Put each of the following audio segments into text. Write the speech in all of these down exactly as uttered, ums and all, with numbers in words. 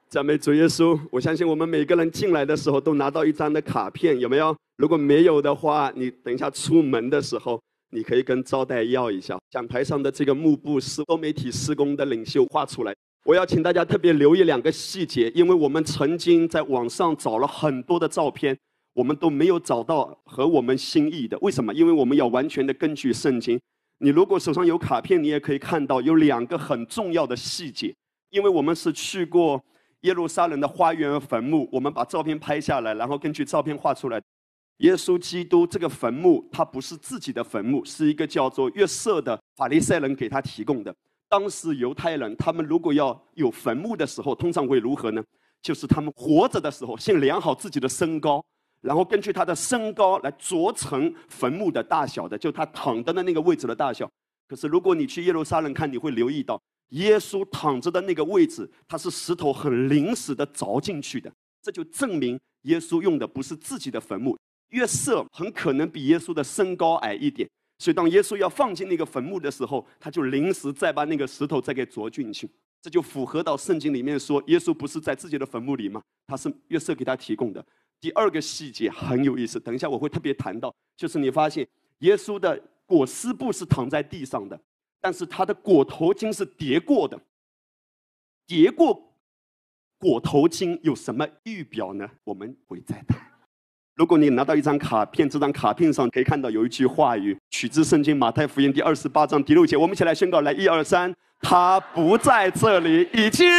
赞美主耶稣！我相信我们每个人进来的时候都拿到一张的卡片，有没有？如果没有的话，你等一下出门的时候，你可以跟招待要一下。讲台上的这个幕布是多媒体施工的领袖画出来。我要请大家特别留意两个细节，因为我们曾经在网上找了很多的照片，我们都没有找到合我们心意的。为什么？因为我们要完全的根据圣经。你如果手上有卡片，你也可以看到有两个很重要的细节，因为我们是去过耶路撒冷的花园和坟墓，我们把照片拍下来，然后根据照片画出来。耶稣基督这个坟墓，它不是自己的坟墓，是一个叫做约瑟的法利赛人给他提供的。当时犹太人，他们如果要有坟墓的时候，通常会如何呢？就是他们活着的时候，先量好自己的身高，然后根据他的身高来琢成坟墓的大小的，就他躺的那个位置的大小。可是如果你去耶路撒冷看，你会留意到，耶稣躺着的那个位置，它是石头很临时的凿进去的，这就证明耶稣用的不是自己的坟墓。约瑟很可能比耶稣的身高矮一点，所以当耶稣要放进那个坟墓的时候，他就临时再把那个石头再给凿进去，这就符合到圣经里面说，耶稣不是在自己的坟墓里吗？他是约瑟给他提供的。第二个细节很有意思，等一下我会特别谈到，就是你发现耶稣的裹尸布是躺在地上的，但是他的裹头巾是叠过的。叠过裹头巾有什么预表呢？我们会再谈。如果你拿到一张卡片，这张卡片上可以看到有一句话语，取自圣经马太福音第二十八章第六节，我们一起来宣告，来，一二三，他不在这里，已经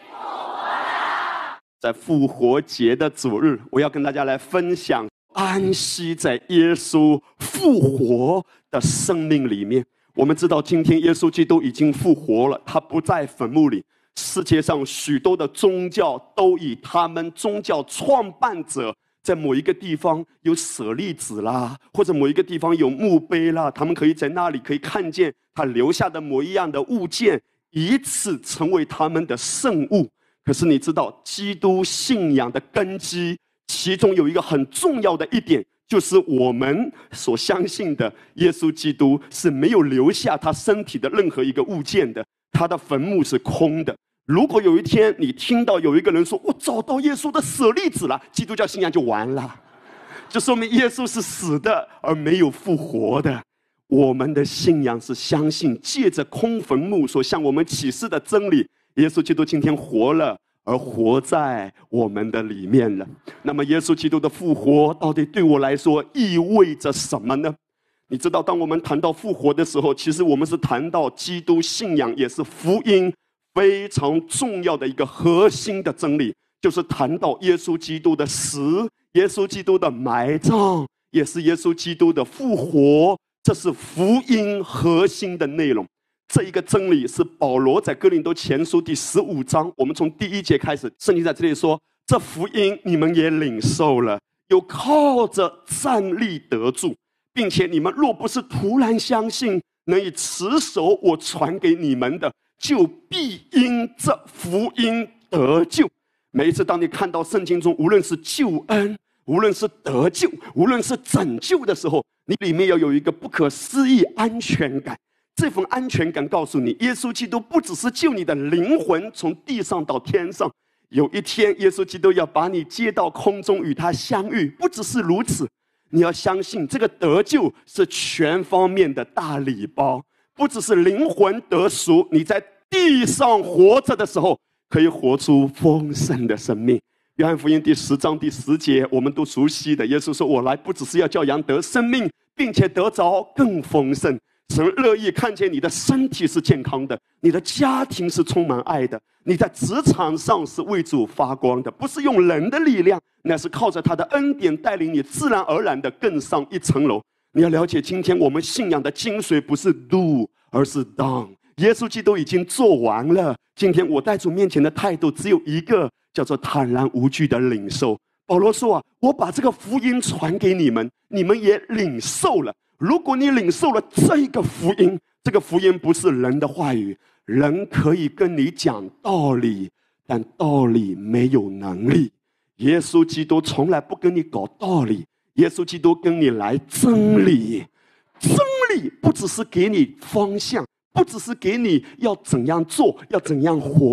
在复活节的主日，我要跟大家来分享安息在耶稣复活的生命里面。我们知道今天耶稣基督已经复活了，他不在坟墓里。世界上许多的宗教都以他们宗教创办者在某一个地方有舍利子啦，或者某一个地方有墓碑啦，他们可以在那里可以看见他留下的某一样的物件，以此成为他们的圣物。可是你知道，基督信仰的根基，其中有一个很重要的一点，就是我们所相信的耶稣基督是没有留下他身体的任何一个物件的，他的坟墓是空的。如果有一天你听到有一个人说，我找到耶稣的舍利子了，基督教信仰就完了，就说明耶稣是死的而没有复活的。我们的信仰是相信借着空坟墓所向我们启示的真理，耶稣基督今天活了，而活在我们的里面了。那么耶稣基督的复活到底对我来说意味着什么呢？你知道，当我们谈到复活的时候，其实我们是谈到基督信仰，也是福音非常重要的一个核心的真理，就是谈到耶稣基督的死，耶稣基督的埋葬，也是耶稣基督的复活，这是福音核心的内容。这一个真理是保罗在哥林多前书第十五章，我们从第一节开始，圣经在这里说，这福音你们也领受了，又靠着站立得住，并且你们若不是突然相信，能以持守我传给你们的，就必因这福音得救。每一次当你看到圣经中无论是救恩，无论是得救，无论是拯救的时候，你里面要有一个不可思议安全感。这份安全感告诉你，耶稣基督不只是救你的灵魂从地上到天上，有一天耶稣基督要把你接到空中与他相遇。不只是如此，你要相信这个得救是全方面的大礼包，不只是灵魂得赎，你在地上活着的时候可以活出丰盛的生命。约翰福音第十章第十节我们都熟悉的，耶稣说，我来不只是要叫羊得生命，并且得着更丰盛。神乐意看见你的身体是健康的，你的家庭是充满爱的，你在职场上是为主发光的，不是用人的力量，那是靠着他的恩典带领你自然而然的更上一层楼。你要了解，今天我们信仰的精髓不是 do 而是 done， 耶稣基督已经做完了。今天我在主面前的态度只有一个，叫做坦然无惧的领受。保罗说啊，我把这个福音传给你们，你们也领受了。如果你领受了这个福音，这个福音不是人的话语，人可以跟你讲道理，但道理没有能力。耶稣基督从来不跟你搞道理，耶稣基督跟你来真理。真理不只是给你方向，不只是给你要怎样做，要怎样活，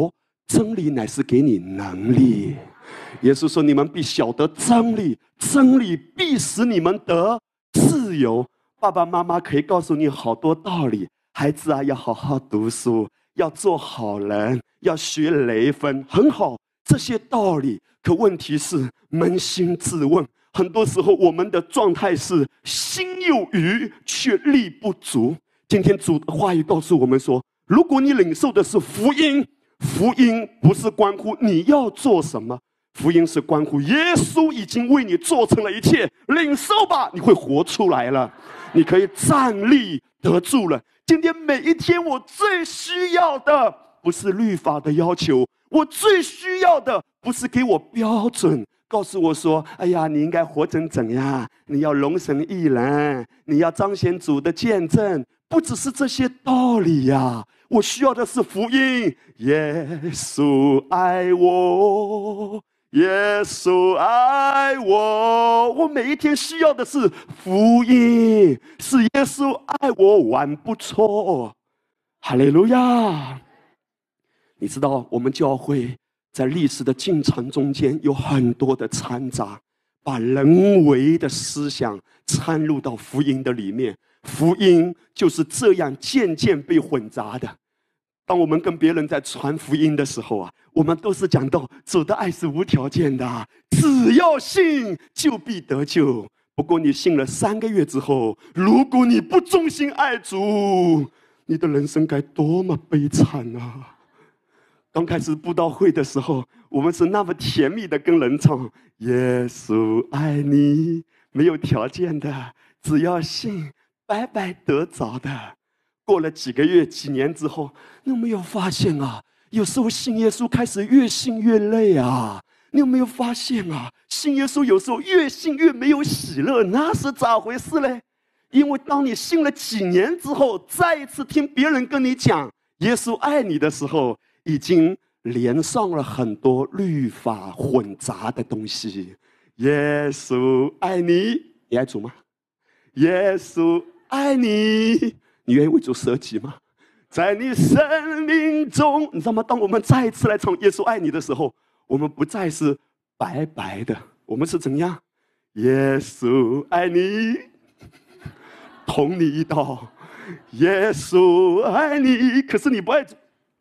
真理乃是给你能力。耶稣说：“你们必晓得真理，真理必使你们得自由。”爸爸妈妈可以告诉你好多道理，孩子啊，要好好读书，要做好人，要学雷锋，很好，这些道理。可问题是，扪心自问，很多时候我们的状态是心有余，却力不足。今天主的话语告诉我们说，如果你领受的是福音，福音不是关乎你要做什么，福音是关乎耶稣已经为你做成了一切，领受吧，你会活出来了，你可以站立得住了。今天每一天，我最需要的不是律法的要求，我最需要的不是给我标准，告诉我说：“哎呀，你应该活成怎样？你要荣神益人，你要彰显主的见证。”不只是这些道理呀、啊，我需要的是福音。耶稣爱我，耶稣爱我，我每一天需要的是福音，是耶稣爱我，完不错。哈利路亚！你知道，我们教会在历史的进程中间有很多的掺杂，把人为的思想掺入到福音的里面。福音就是这样渐渐被混杂的。当我们跟别人在传福音的时候啊，我们都是讲到主的爱是无条件的，只要信就必得救。不过你信了三个月之后，如果你不忠心爱主，你的人生该多么悲惨啊！刚开始布道会的时候，我们是那么甜蜜的跟人唱：耶稣爱你，没有条件的，只要信白白得着的。过了几个月几年之后，你有没有发现啊，有时候信耶稣开始越信越累啊？你有没有发现啊，信耶稣有时候越信越没有喜乐，那是咋回事嘞？因为当你信了几年之后，再一次听别人跟你讲耶稣爱你的时候，已经连上了很多律法混杂的东西。耶稣爱你，你爱主吗？耶稣爱你，你愿意为主舍己吗？在你生命中，你知道吗？当我们再一次来唱耶稣爱你的时候，我们不再是白白的，我们是怎样？耶稣爱你，同你一道。耶稣爱你，可是你不爱主。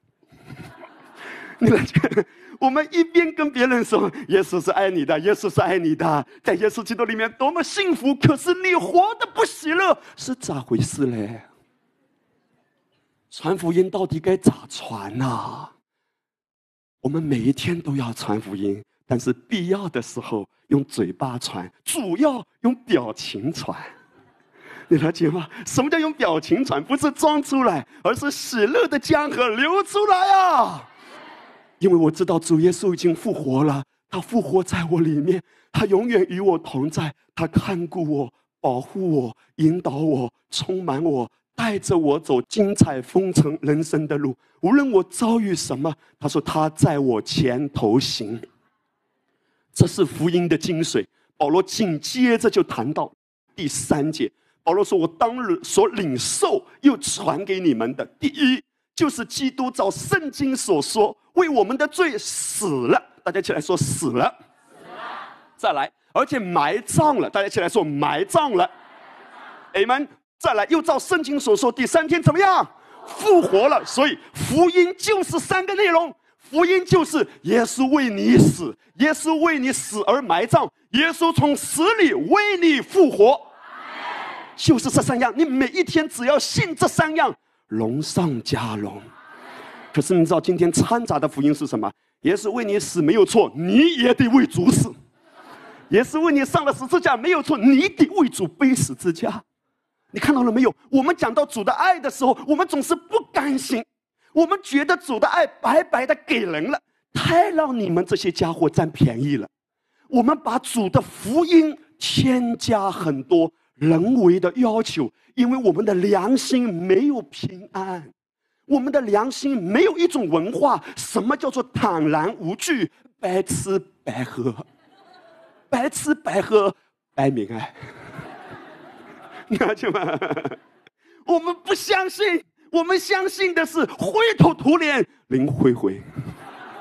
你来看，我们一边跟别人说耶稣是爱你的，耶稣是爱你的，在耶稣基督里面多么幸福，可是你活得不喜乐，是咋回事嘞？传福音到底该咋传啊？我们每一天都要传福音，但是必要的时候用嘴巴传，主要用表情传。你了解吗？什么叫用表情传？不是装出来，而是喜乐的江河流出来啊！因为我知道主耶稣已经复活了，他复活在我里面，他永远与我同在，他看顾我，保护我，引导我，充满我，带着我走精彩丰盛人生的路。无论我遭遇什么，他说他在我前头行。这是福音的精髓。保罗紧接着就谈到第三节，保罗说：“我当日所领受又传给你们的，第一就是基督照圣经所说，为我们的罪死了。”大家一起来说死了。死了。再来，而且埋葬了。大家一起来说埋葬了。Amen。再来，又照圣经所说，第三天怎么样？复活了。所以福音就是三个内容。福音就是耶稣为你死，耶稣为你死而埋葬，耶稣从死里为你复活，就是这三样。你每一天只要信这三样，荣上加荣。可是你知道今天掺杂的福音是什么？耶稣为你死没有错，你也得为主死。耶稣为你上了十字架没有错，你得为主背十字架。你看到了没有？我们讲到主的爱的时候，我们总是不甘心，我们觉得主的爱白白的给人了，太让你们这些家伙占便宜了。我们把主的福音添加很多人为的要求，因为我们的良心没有平安，我们的良心没有一种文化，什么叫做坦然无惧，白吃白喝，白吃白喝白明爱。了解吗？我们不相信，我们相信的是灰头土脸灵灰灰。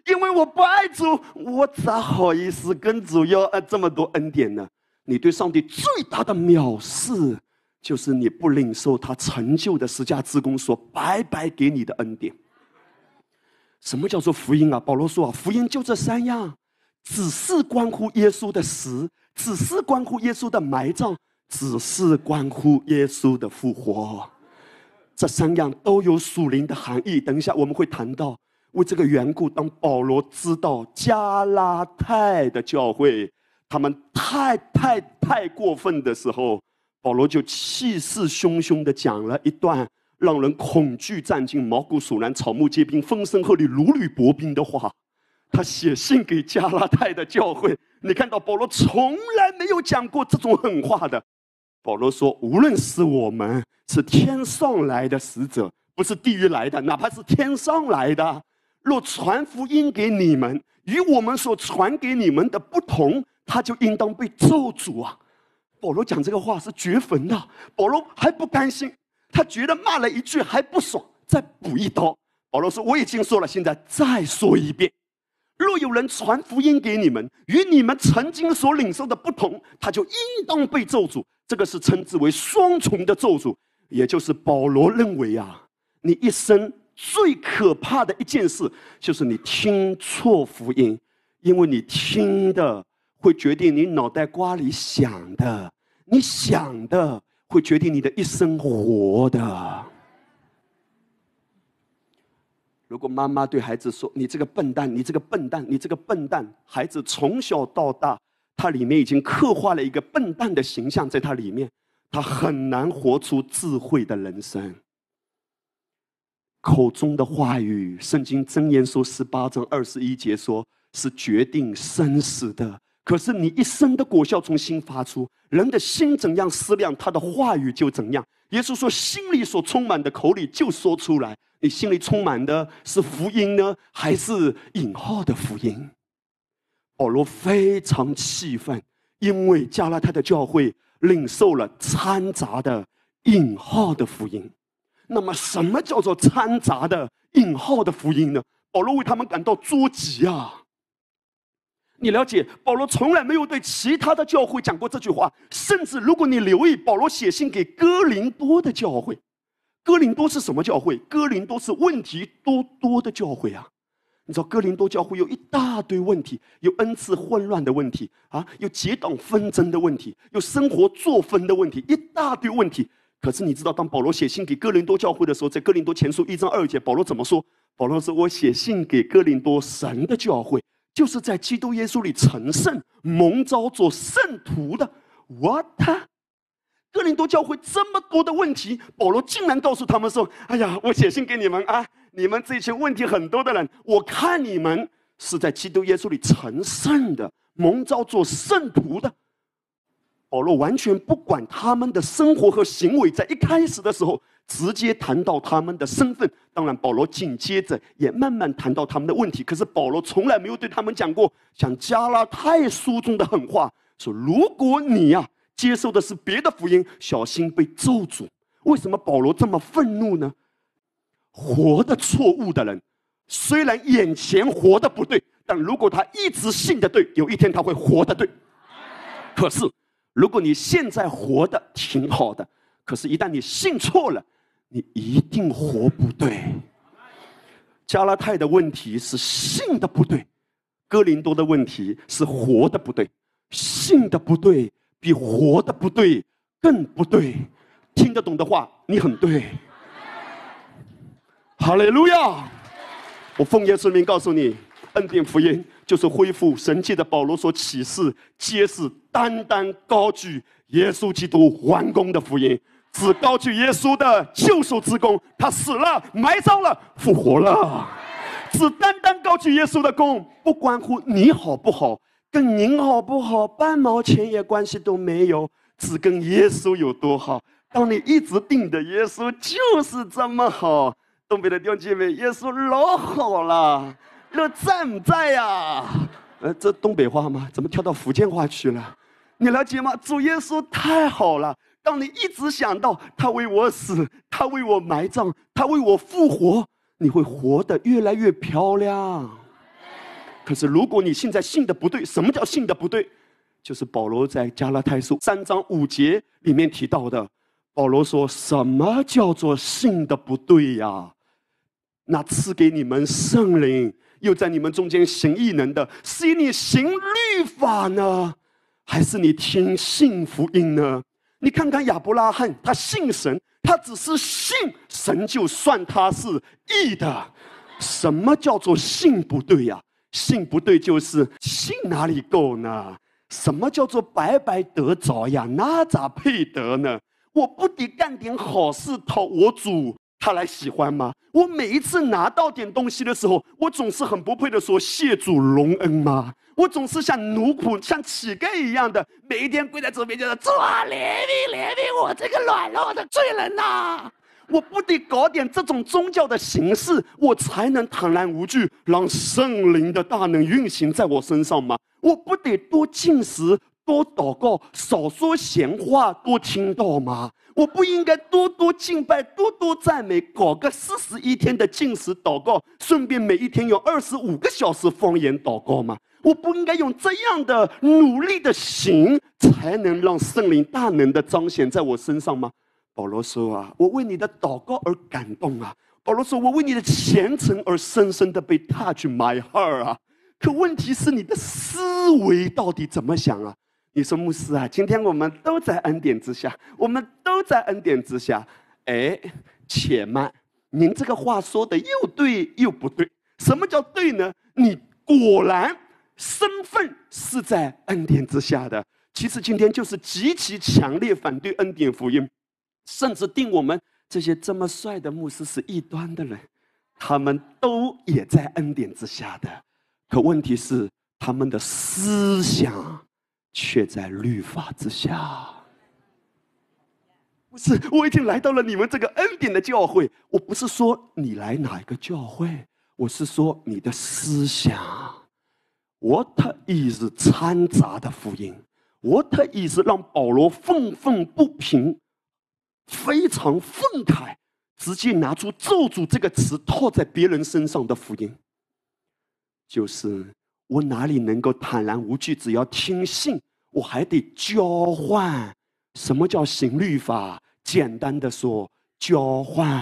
因为我不爱主，我咋好意思跟主要呃这么多恩典呢？你对上帝最大的藐视，就是你不领受他成就的十架之功所白白给你的恩典。什么叫做福音啊？保罗说啊，福音就这三样，只是关乎耶稣的死，只是关乎耶稣的埋葬，只是关乎耶稣的复活。这三样都有属灵的含义。等一下我们会谈到，为这个缘故，当保罗知道加拉太的教会他们太太太过分的时候，保罗就气势汹汹地讲了一段让人恐惧战惊、毛骨悚然、草木皆兵、风声鹤唳、如履薄冰的话。他写信给加拉太的教会，你看到保罗从来没有讲过这种狠话的。保罗说，无论是我们是天上来的使者，不是地狱来的，哪怕是天上来的，若传福音给你们，与我们所传给你们的不同，他就应当被咒诅啊！保罗讲这个话是绝坟的，保罗还不甘心，他觉得骂了一句还不爽，再补一刀。保罗说，我已经说了，现在再说一遍，若有人传福音给你们，与你们曾经所领受的不同，他就应当被咒诅。这个是称之为双重的咒诅，也就是保罗认为啊，你一生最可怕的一件事，就是你听错福音，因为你听的会决定你脑袋瓜里想的，你想的会决定你的一生活的。如果妈妈对孩子说，你这个笨蛋，你这个笨蛋，你这个笨蛋，孩子从小到大，他里面已经刻画了一个笨蛋的形象在他里面，他很难活出智慧的人生。口中的话语，圣经箴言书十八章二十一节说，是决定生死的。可是你一生的果效从心发出，人的心怎样思量，他的话语就怎样。耶稣说，心里所充满的，口里就说出来。你心里充满的是福音呢，还是引号的福音？保罗非常气愤，因为加拉太的教会领受了掺杂的引号的福音。那么什么叫做掺杂的引号的福音呢？保罗为他们感到捉急啊！你了解，保罗从来没有对其他的教会讲过这句话，甚至如果你留意，保罗写信给哥林多的教会，哥林多是什么教会？哥林多是问题多多的教会啊！你知道哥林多教会有一大堆问题，有恩赐混乱的问题啊，有结党纷争的问题，有生活作风的问题，一大堆问题。可是你知道，当保罗写信给哥林多教会的时候，在哥林多前书一章二节，保罗怎么说？保罗说，我写信给哥林多神的教会，就是在基督耶稣里成圣、蒙召做圣徒的。What？ 哥林多教会这么多的问题，保罗竟然告诉他们说：“哎呀，我写信给你们啊，你们这群问题很多的人，我看你们是在基督耶稣里成圣的，蒙召做圣徒的。”保罗完全不管他们的生活和行为，在一开始的时候直接谈到他们的身份。当然，保罗紧接着也慢慢谈到他们的问题。可是保罗从来没有对他们讲过像加拉太书中的狠话，说如果你呀、啊、接受的是别的福音，小心被咒诅。为什么保罗这么愤怒呢？活的错误的人，虽然眼前活的不对，但如果他一直信的对，有一天他会活的对。可是如果你现在活的挺好的，可是一旦你信错了，你一定活不对。加拉太的问题是信的不对，哥林多的问题是活的不对。信的不对比活的不对更不对。听得懂的话，你很对。哈利路亚！我奉耶稣名告诉你，恩典福音就是恢复神迹的保罗所启示、揭示、单单高举耶稣基督完工的福音，只高举耶稣的救赎之功，他死了、埋葬了、复活了，只单单高举耶稣的功，不关乎你好不好，跟您好不好半毛钱也关系都没有，只跟耶稣有多好。当你一直定的耶稣就是这么好，东北的弟兄姐妹，耶稣老好了，那在不在呀、啊？呃，这东北话吗？怎么跳到福建话去了？你了解吗？主耶稣太好了。当你一直想到他为我死，他为我埋葬，他为我复活，你会活得越来越漂亮。 可是如果你现在信的不对，什么叫信的不对？就是保罗在加拉太书三章五节里面提到的。保罗说：“什么叫做信的不对呀？那赐给你们圣灵，又在你们中间行异能的，是你行律法呢，还是你听信福音呢？你看看亚伯拉罕，他信神，他只是信神，就算他是义的。什么叫做信不对呀？信不对就是信哪里够呢？什么叫做白白得着呀？那咋配得呢？我不得干点好事讨我主他来喜欢吗？我每一次拿到点东西的时候，我总是很不配的说谢主隆恩吗？我总是像奴仆、像乞丐一样的，每一天跪在主面前说：主啊，怜悯怜悯我这个软弱的罪人呐、啊！我不得搞点这种宗教的形式，我才能坦然无惧，让圣灵的大能运行在我身上吗？我不得多禁食、多祷告，少说闲话，多听道吗？我不应该多多敬拜，多多赞美，搞个四十一天的禁食祷告，顺便每一天有二十五个小时方言祷告吗？我不应该用这样的努力的行，才能让圣灵大能的彰显在我身上吗？保罗说啊，我为你的祷告而感动啊。保罗说，我为你的虔诚而深深的被 touch my heart 啊。可问题是，你的思维到底怎么想啊？你说牧师啊，今天我们都在恩典之下，我们都在恩典之下。哎，且慢，您这个话说的又对又不对。什么叫对呢？你果然身份是在恩典之下的。其实今天就是极其强烈反对恩典福音，甚至定我们这些这么帅的牧师是异端的人，他们都也在恩典之下的。可问题是，他们的思想却在律法之下。不是，我已经来到了你们这个恩典的教会。我不是说你来哪一个教会，我是说你的思想。What is 掺杂的福音 ？What is 让保罗愤愤不平、非常愤慨，直接拿出咒诅这个词套在别人身上的福音？就是我哪里能够坦然无惧？只要听信，我还得交换。什么叫行律法？简单的说，交换。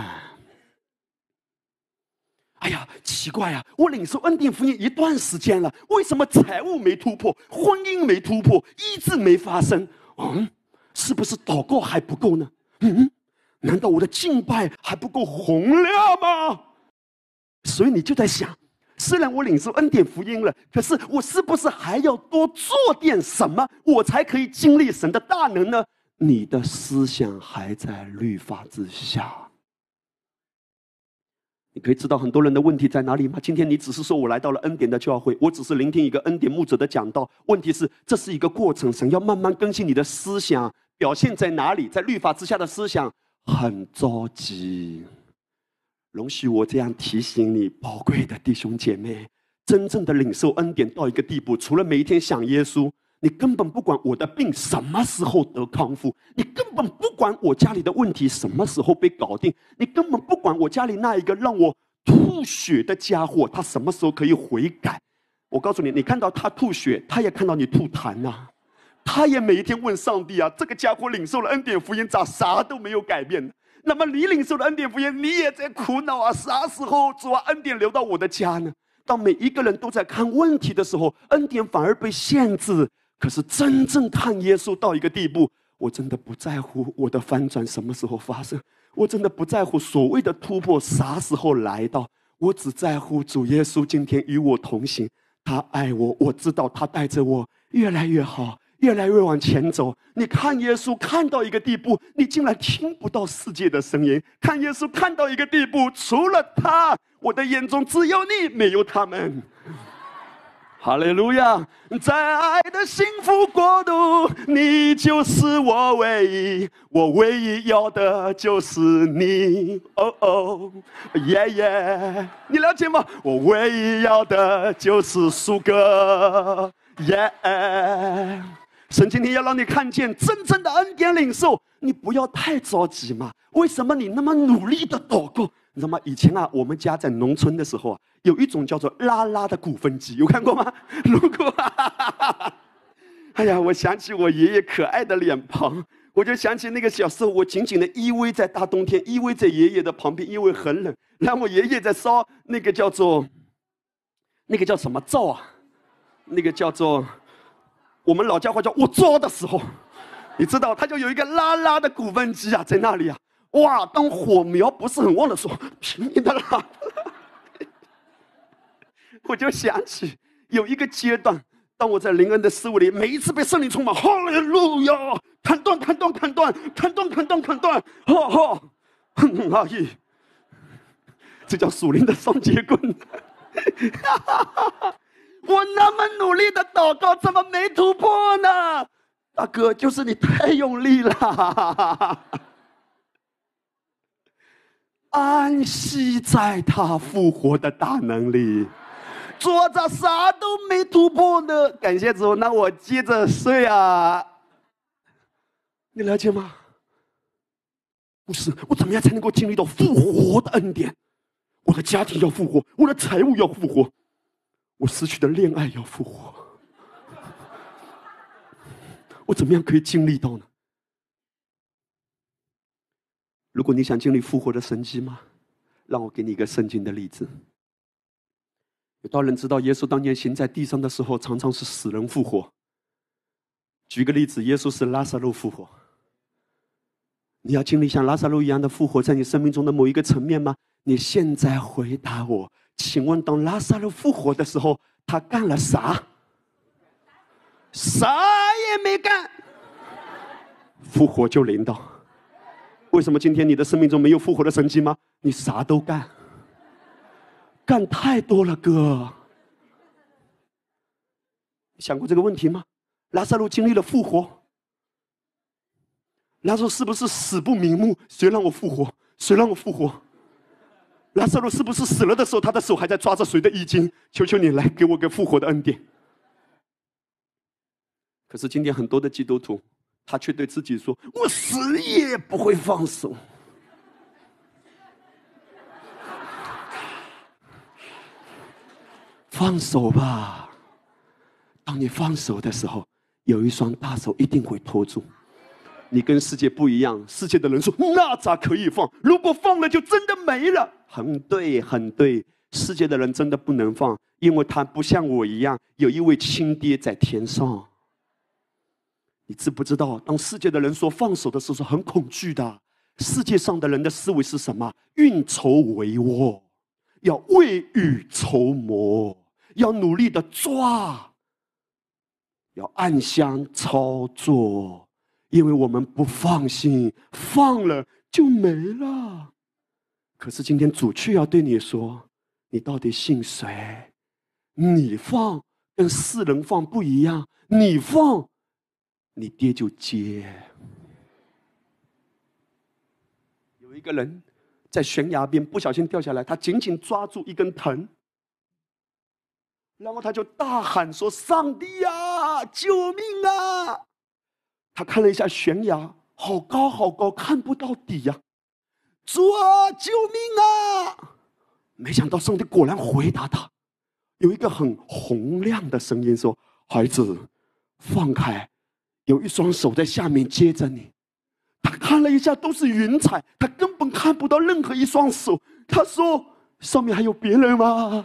哎呀，奇怪呀、啊！我领受恩典福音一段时间了，为什么财务没突破，婚姻没突破，医治没发生？嗯，是不是祷告还不够呢？嗯，难道我的敬拜还不够洪亮吗？所以你就在想，虽然我领受恩典福音了，可是我是不是还要多做点什么，我才可以经历神的大能呢？你的思想还在律法之下。你可以知道很多人的问题在哪里吗？今天你只是说我来到了恩典的教会，我只是聆听一个恩典牧者的讲道。问题是，这是一个过程，神要慢慢更新你的思想，表现在哪里？在律法之下的思想很着急。容许我这样提醒你，宝贵的弟兄姐妹，真正的领受恩典到一个地步，除了每一天想耶稣，你根本不管我的病什么时候得康复，你根本不管我家里的问题什么时候被搞定，你根本不管我家里那一个让我吐血的家伙他什么时候可以悔改。我告诉你，你看到他吐血，他也看到你吐痰呐、啊，他也每一天问上帝啊，这个家伙领受了恩典福音，咋啥都没有改变呢？那么你领受了恩典福音，你也在苦恼啊，啥时候主啊恩典流到我的家呢？当每一个人都在看问题的时候，恩典反而被限制。可是真正看耶稣到一个地步，我真的不在乎我的翻转什么时候发生，我真的不在乎所谓的突破啥时候来到，我只在乎主耶稣今天与我同行，他爱我，我知道他带着我越来越好，越来越往前走。你看耶稣看到一个地步，你竟然听不到世界的声音；看耶稣看到一个地步，除了他，我的眼中只有你，没有他们。哈利路亚！在爱的幸福国度，你就是我唯一，我唯一要的就是你。哦哦，耶耶！你了解吗？我唯一要的就是苏格。耶！神今天要让你看见真正的恩典领受，你不要太着急嘛。为什么你那么努力的祷告？ 你知道吗？以前啊，我们家在农村的时候啊，有一种叫做拉拉的鼓风机，有看过吗？如果，哎呀，我想起我爷爷可爱的脸庞，我就想起那个小时候，我紧紧的依偎在大冬天，依偎在爷爷的旁边，因为很冷，然后我爷爷在烧那个叫做，那个叫什么灶啊？那个叫做，我们老家话叫我灶的时候。你知道，他就有一个拉拉的鼓风机啊，在那里啊，哇！当火苗不是很旺的时候，拼命的拉，我就想起有一个阶段，当我在灵恩的思维里，每一次被圣灵充满，哈利路亚，砍断，砍断，砍断，砍断，砍断，砍断，哈哈，哼阿姨，这叫属灵的双截棍。我那么努力的祷告，怎么没突破呢？大哥，就是你太用力了。安息在他复活的大能里，做着啥都没突破呢。感谢主，那我接着睡啊。你了解吗？不是，我怎么样才能够经历到复活的恩典？我的家庭要复活，我的财务要复活，我失去的恋爱要复活。我怎么样可以经历到呢？如果你想经历复活的神迹吗？让我给你一个圣经的例子。有多少人知道耶稣当年行在地上的时候，常常是死人复活？举个例子，耶稣是拉撒路复活。你要经历像拉撒路一样的复活，在你生命中的某一个层面吗？你现在回答我，请问当拉撒路复活的时候，他干了啥？啥也没干，复活就临到。为什么今天你的生命中没有复活的神迹吗？你啥都干，干太多了，哥。你想过这个问题吗？拉撒路经历了复活，拉撒路是不是死不瞑目？谁让我复活？谁让我复活？拉撒路是不是死了的时候，他的手还在抓着谁的衣襟？求求你来给我个复活的恩典。可是今天很多的基督徒，他却对自己说：“我死也不会放手。”放手吧！当你放手的时候，有一双大手一定会拖住。你跟世界不一样，世界的人说：“那咋可以放？如果放了，就真的没了。”很对，很对。世界的人真的不能放，因为他不像我一样，有一位亲爹在天上。你知不知道，当世界的人说放手的时候，是很恐惧的。世界上的人的思维是什么？运筹帷幄，要未雨绸缪，要努力的抓，要暗箱操作，因为我们不放心，放了就没了。可是今天主却要对你说，你到底信谁？你放跟世人放不一样，你放你爹就接。有一个人在悬崖边不小心掉下来，他紧紧抓住一根藤，然后他就大喊说：“上帝啊，救命啊！”他看了一下悬崖，好高好高，看不到底呀、啊！主啊，救命啊！没想到上帝果然回答他，有一个很洪亮的声音说：“孩子，放开。”有一双手在下面接着你。他看了一下，都是云彩，他根本看不到任何一双手。他说：“上面还有别人吗？”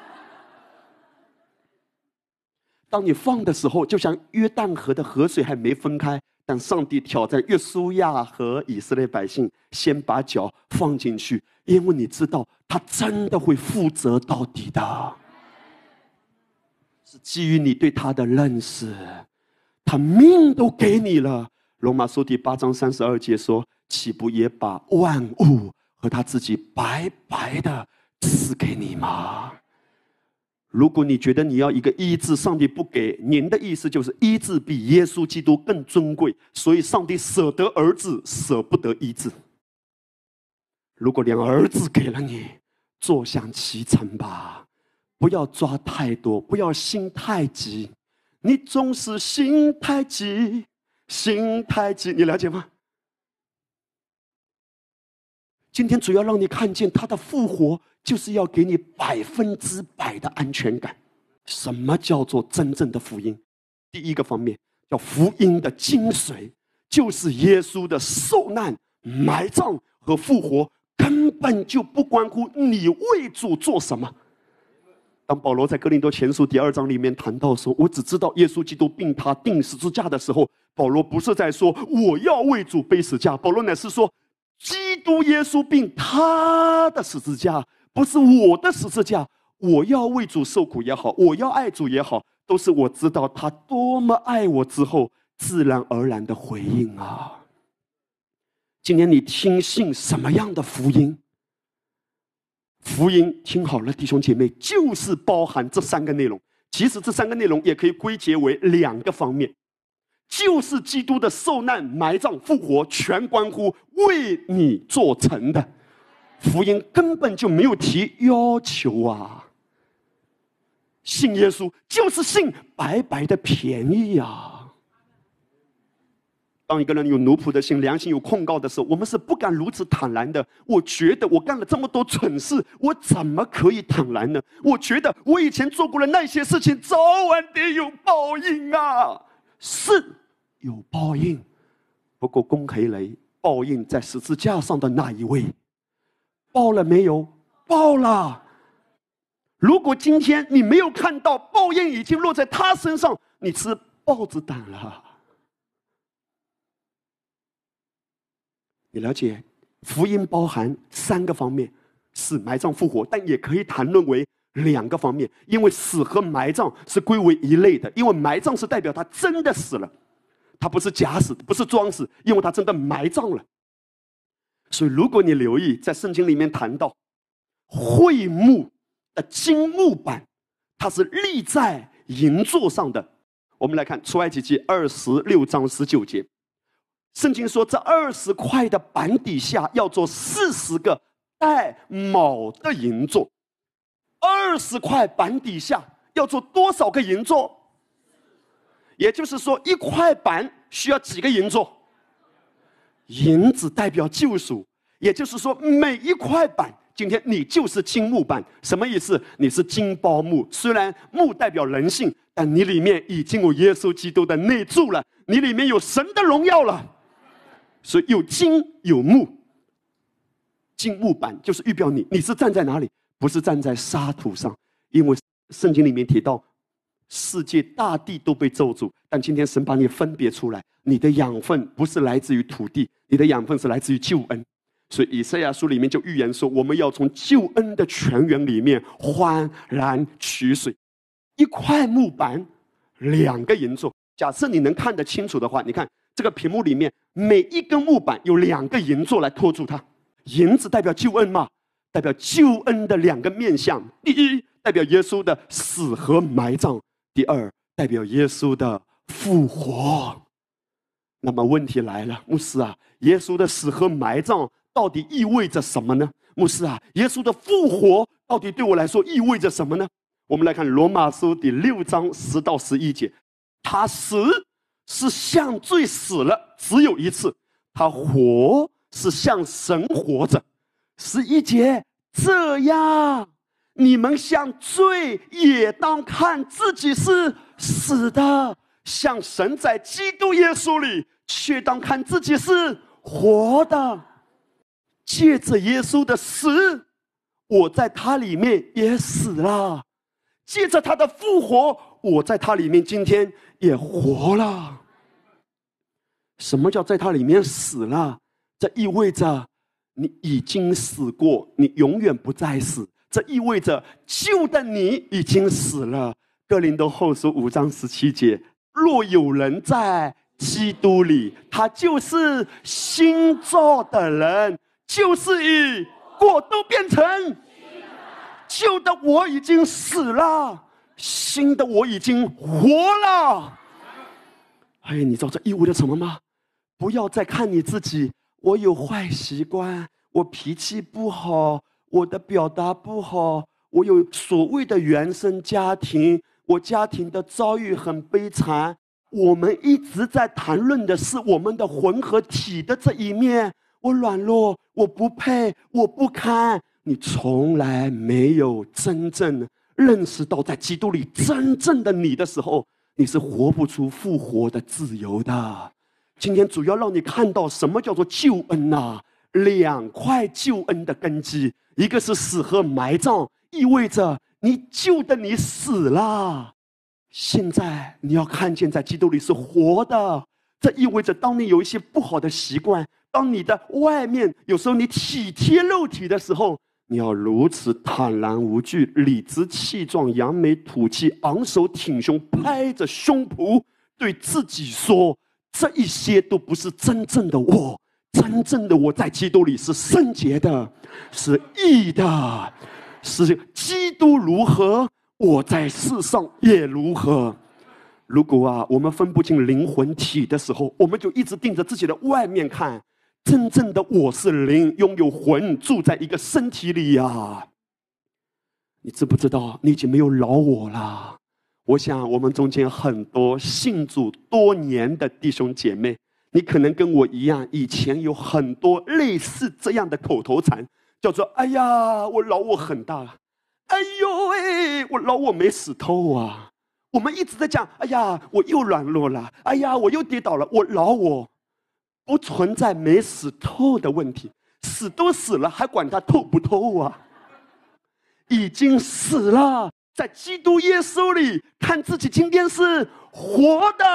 当你放的时候，就像约旦河的河水还没分开，但上帝挑战约书亚和以色列百姓，先把脚放进去，因为你知道他真的会负责到底的，是基于你对他的认识。他命都给你了。罗马书第八章三十二节说：“岂不也把万物和他自己白白的赐给你吗？”如果你觉得你要一个医治，上帝不给，您的意思就是医治比耶稣基督更尊贵，所以上帝舍得儿子，舍不得医治。如果连儿子给了你，坐享其成吧，不要抓太多，不要心太急。你总是心太急，心太急，你了解吗？ 今天主要让你看见他的复活，就是要给你百分之百的安全感。什么叫做真正的福音？第一个方面叫福音的精髓，就是耶稣的受难、埋葬和复活，根本就不关乎你为主做什么。当保罗在哥林多前书第二章里面谈到说，我只知道耶稣基督并他钉十字架的时候，保罗不是在说我要为主背十字架，保罗乃是说基督耶稣并他的十字架，不是我的十字架。我要为主受苦也好，我要爱主也好，都是我知道他多么爱我之后自然而然的回应啊。今天你听信什么样的福音？福音听好了，弟兄姐妹，就是包含这三个内容。其实这三个内容也可以归结为两个方面，就是基督的受难、埋葬、复活，全关乎为你做成的。福音根本就没有提要求啊！信耶稣就是信白白的便宜啊！当一个人有奴仆的心，良心有控告的时候，我们是不敢如此坦然的。我觉得我干了这么多蠢事，我怎么可以坦然呢？我觉得我以前做过的那些事情，早晚得有报应啊！是有报应，不过恭喜你，报应在十字架上的那一位，报了没有？报了。如果今天你没有看到报应已经落在他身上，你吃豹子胆了。你了解，福音包含三个方面：死、埋葬、复活，但也可以谈论为两个方面，因为死和埋葬是归为一类的。因为埋葬是代表他真的死了，他不是假死，不是装死，因为他真的埋葬了。所以，如果你留意，在圣经里面谈到会幕的金木板，它是立在银座上的。我们来看出埃及记二十六章十九节。圣经说，这二十块的板底下要做四十个带卯的银座。二十块板底下要做多少个银座？也就是说，一块板需要几个银座？银子代表救赎，也就是说，每一块板，今天你就是金木板。什么意思？你是金包木，虽然木代表人性，但你里面已经有耶稣基督的内住了，你里面有神的荣耀了。所以有金有木，金木板就是预表你，你是站在哪里？不是站在沙土上，因为圣经里面提到，世界大地都被咒诅，但今天神把你分别出来，你的养分不是来自于土地，你的养分是来自于救恩。所以以赛亚书里面就预言说，我们要从救恩的泉源里面欢然取水。一块木板，两个银座。假设你能看得清楚的话，你看这个屏幕里面每一根木板有两个银座来托住它。银子代表救恩嘛，代表救恩的两个面向：第一，代表耶稣的死和埋葬；第二，代表耶稣的复活。那么问题来了，牧师啊，耶稣的死和埋葬到底意味着什么呢？牧师啊，耶稣的复活到底对我来说意味着什么呢？我们来看罗马书第六章十到十一节，他死是向罪死了，只有一次；他活是向神活着。十一节，这样你们向罪也当看自己是死的，向神在基督耶稣里却当看自己是活的。借着耶稣的死，我在他里面也死了；借着他的复活，我在他里面今天也活了。什么叫在他里面死了？这意味着你已经死过，你永远不再死。这意味着旧的你已经死了。哥林多后书五章十七节，若有人在基督里，他就是新造的人，就是以过都变成旧的我已经死了，新的我已经活了。哎，你知道这意味着什么吗？不要再看你自己，我有坏习惯，我脾气不好，我的表达不好，我有所谓的原生家庭，我家庭的遭遇很悲惨。我们一直在谈论的是我们的魂和体的这一面， 我软弱，我不配，我不堪。你从来没有真正认识到，在基督里真正的你的时候，你是活不出复活的自由的。今天主要让你看到什么叫做救恩啊，两块救恩的根基，一个是死和埋葬，意味着你救的你死了，现在你要看见在基督里是活的。这意味着当你有一些不好的习惯，当你的外面有时候你体贴肉体的时候，你要如此坦然无惧，理直气壮，扬眉吐气，昂首挺胸，拍着胸脯对自己说，这一些都不是真正的我。真正的我在基督里是圣洁的，是义的，是基督如何，我在世上也如何。如果啊，我们分不清灵魂体的时候，我们就一直盯着自己的外面看。真正的我是灵，拥有魂，住在一个身体里啊。你知不知道，你已经没有老我了？我想我们中间很多信主多年的弟兄姐妹，你可能跟我一样，以前有很多类似这样的口头禅，叫做哎呀，我老我很大了，哎呦喂，我老我没死透啊。我们一直在讲，哎呀，我又软弱了，哎呀，我又跌倒了，我老我。不存在没死透的问题，死都死了，还管它透不透啊？已经死了，在基督耶稣里看自己今天是活的。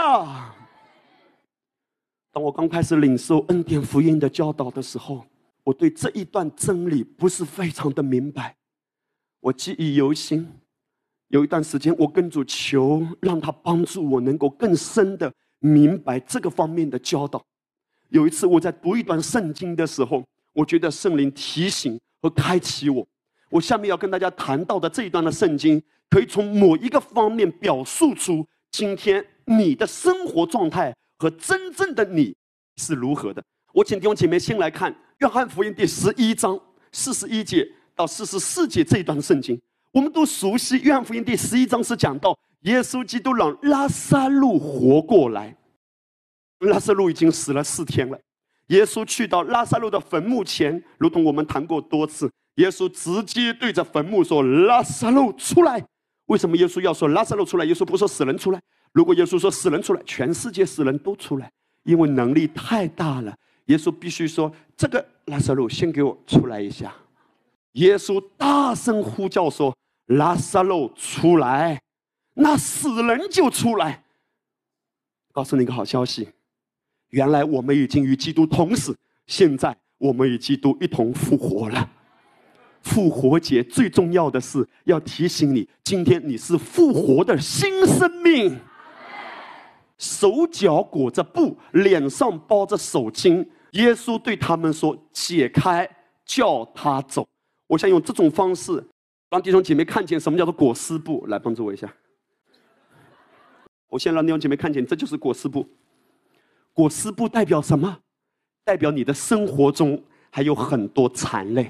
当我刚开始领受恩典福音的教导的时候，我对这一段真理不是非常的明白，我记忆犹新。有一段时间我跟主求，让他帮助我能够更深的明白这个方面的教导。有一次我在读一段圣经的时候，我觉得圣灵提醒和开启我。我下面要跟大家谈到的这一段的圣经，可以从某一个方面表述出今天你的生活状态和真正的你是如何的。我请弟兄姐妹先来看约翰福音第十一章四十一节到四十四节这一段圣经。我们都熟悉，约翰福音第十一章是讲到耶稣基督让拉撒路活过来。拉撒路已经死了四天了，耶稣去到拉撒路的坟墓前，如同我们谈过多次，耶稣直接对着坟墓说，拉撒路出来。为什么耶稣要说拉撒路出来？耶稣不说死人出来。如果耶稣说死人出来，全世界死人都出来，因为能力太大了。耶稣必须说，这个拉撒路先给我出来一下。耶稣大声呼叫说，拉撒路出来，那死人就出来。告诉你一个好消息，原来我们已经与基督同死，现在我们与基督一同复活了。复活节最重要的是要提醒你，今天你是复活的新生命，手脚裹着布，脸上包着手巾。耶稣对他们说，解开，叫他走。我想用这种方式让弟兄姐妹看见什么叫做裹尸布。来帮助我一下，我先让弟兄姐妹看见，这就是裹尸布。裹尸布代表什么？代表你的生活中还有很多残累。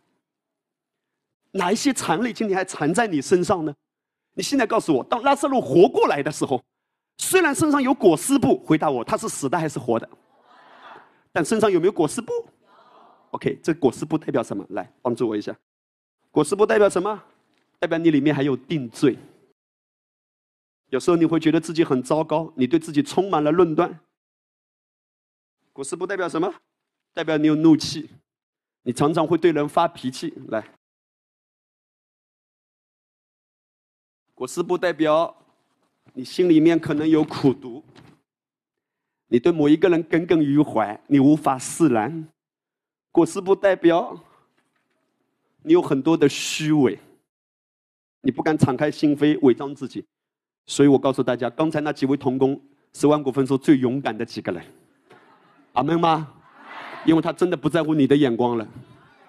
哪一些残累今天还缠在你身上呢？你现在告诉我，当拉撒路活过来的时候，虽然身上有裹尸布，回答我，他是死的还是活的？但身上有没有裹尸布？ OK， 这裹尸布代表什么？来帮助我一下。裹尸布代表什么？代表你里面还有定罪。有时候你会觉得自己很糟糕，你对自己充满了论断。裹尸布代表什么？代表你有怒气，你常常会对人发脾气。来，裹尸布代表你心里面可能有苦毒，你对某一个人耿耿于怀，你无法释然。裹尸布代表你有很多的虚伪，你不敢敞开心扉，伪装自己。所以我告诉大家，刚才那几位同工是万古分说最勇敢的几个人。阿们吗？因为他真的不在乎你的眼光了。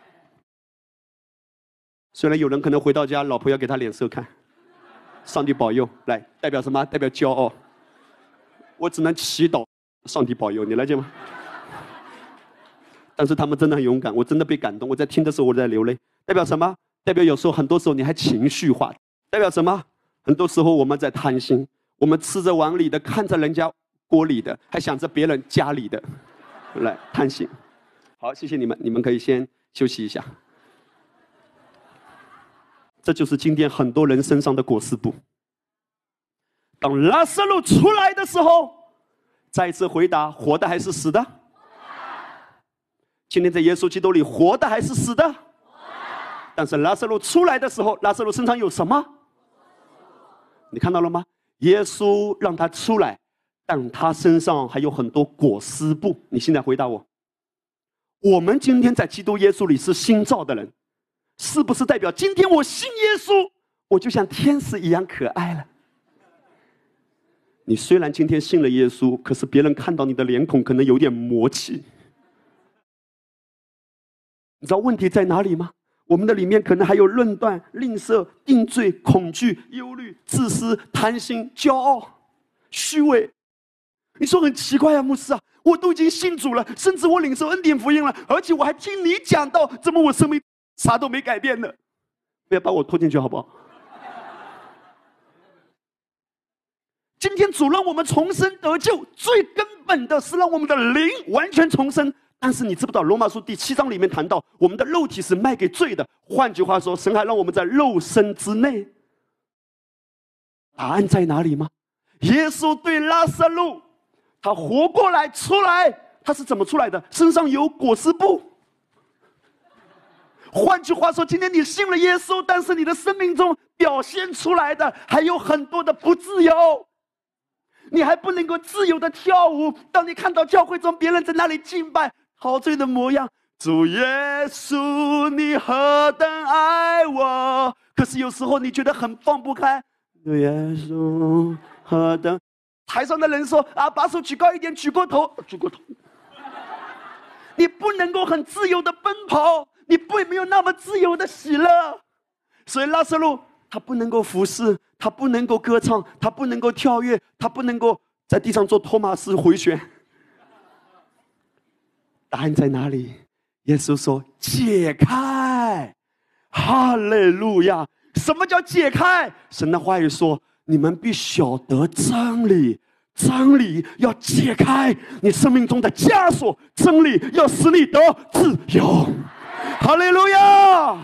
虽然有人可能回到家，老婆要给他脸色看。上帝保佑，来，代表什么？代表骄傲。我只能祈祷上帝保佑你，了解吗？但是他们真的很勇敢，我真的被感动。我在听的时候，我在流泪。代表什么？代表有时候很多时候你还情绪化。代表什么？很多时候我们在贪心，我们吃着碗里的，看着人家锅里的，还想着别人家里的，来贪心。 好，谢谢你们，你们可以先休息一下。这就是今天很多人身上的裹尸布。当拉撒路出来的时候，再次回答：活的还是死的？今天在耶稣基督里，活的还是死的？但是拉撒路出来的时候，拉撒路身上有什么？你看到了吗？耶稣让他出来，但他身上还有很多裹尸布。你现在回答我：我们今天在基督耶稣里是新造的人，是不是代表今天我信耶稣，我就像天使一样可爱了？你虽然今天信了耶稣，可是别人看到你的脸孔可能有点磨气。你知道问题在哪里吗？我们的里面可能还有论断、吝啬、定罪、恐惧、忧虑、自私、贪心、骄傲、虚伪。你说很奇怪啊，牧师啊，我都已经信主了，甚至我领受恩典福音了，而且我还听你讲到，怎么我生命啥都没改变呢？不要把我拖进去好不好？今天主让我们重生得救，最根本的是让我们的灵完全重生。但是你知不知道罗马书第七章里面谈到，我们的肉体是卖给罪的。换句话说，神还让我们在肉身之内。答案在哪里吗？耶稣对拉撒路，他活过来出来，他是怎么出来的？身上有裹尸布。换句话说，今天你信了耶稣，但是你的生命中表现出来的还有很多的不自由。你还不能够自由的跳舞。当你看到教会中别人在那里敬拜陶醉的模样，主耶稣你何等爱我，可是有时候你觉得很放不开。主耶稣何等，台上的人说啊，把手举高一点，举过头，举过头。你不能够很自由的奔跑，你不没有那么自由的喜乐。所以拉撒路他不能够服侍，他不能够歌唱，他不能够跳跃，他不能够在地上做托马斯回旋。答案在哪里？耶稣说：解开。哈利路亚！什么叫解开？神的话语说：你们必晓得真理，真理要解开你生命中的枷锁，真理要使你得自由。哈利路亚！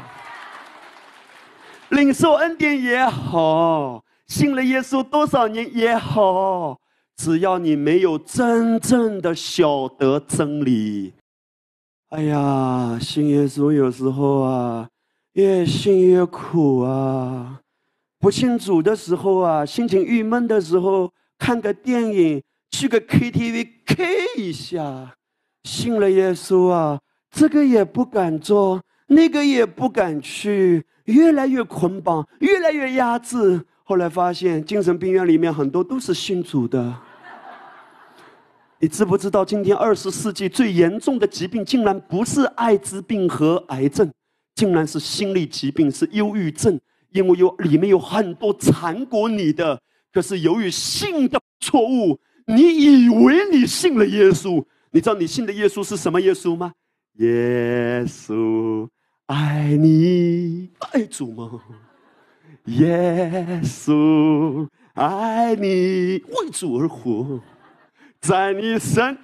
领受恩典也好，信了耶稣多少年也好，只要你没有真正的晓得真理，哎呀，信耶稣有时候啊，越信越苦啊。不信主的时候啊，心情郁闷的时候，看个电影，去个 K T V K 一下。信了耶稣啊，这个也不敢做，那个也不敢去，越来越捆绑，越来越压制。后来发现精神病院里面很多都是信主的。你知不知道今天二十世纪最严重的疾病竟然不是艾滋病和癌症，竟然是心理疾病，是忧郁症。因为有里面有很多缠裹你的，可是由于信的错误，你以为你信了耶稣。你知道你信的耶稣是什么耶稣吗？耶稣爱你，爱主吗？耶稣爱你，为主而活，在你身。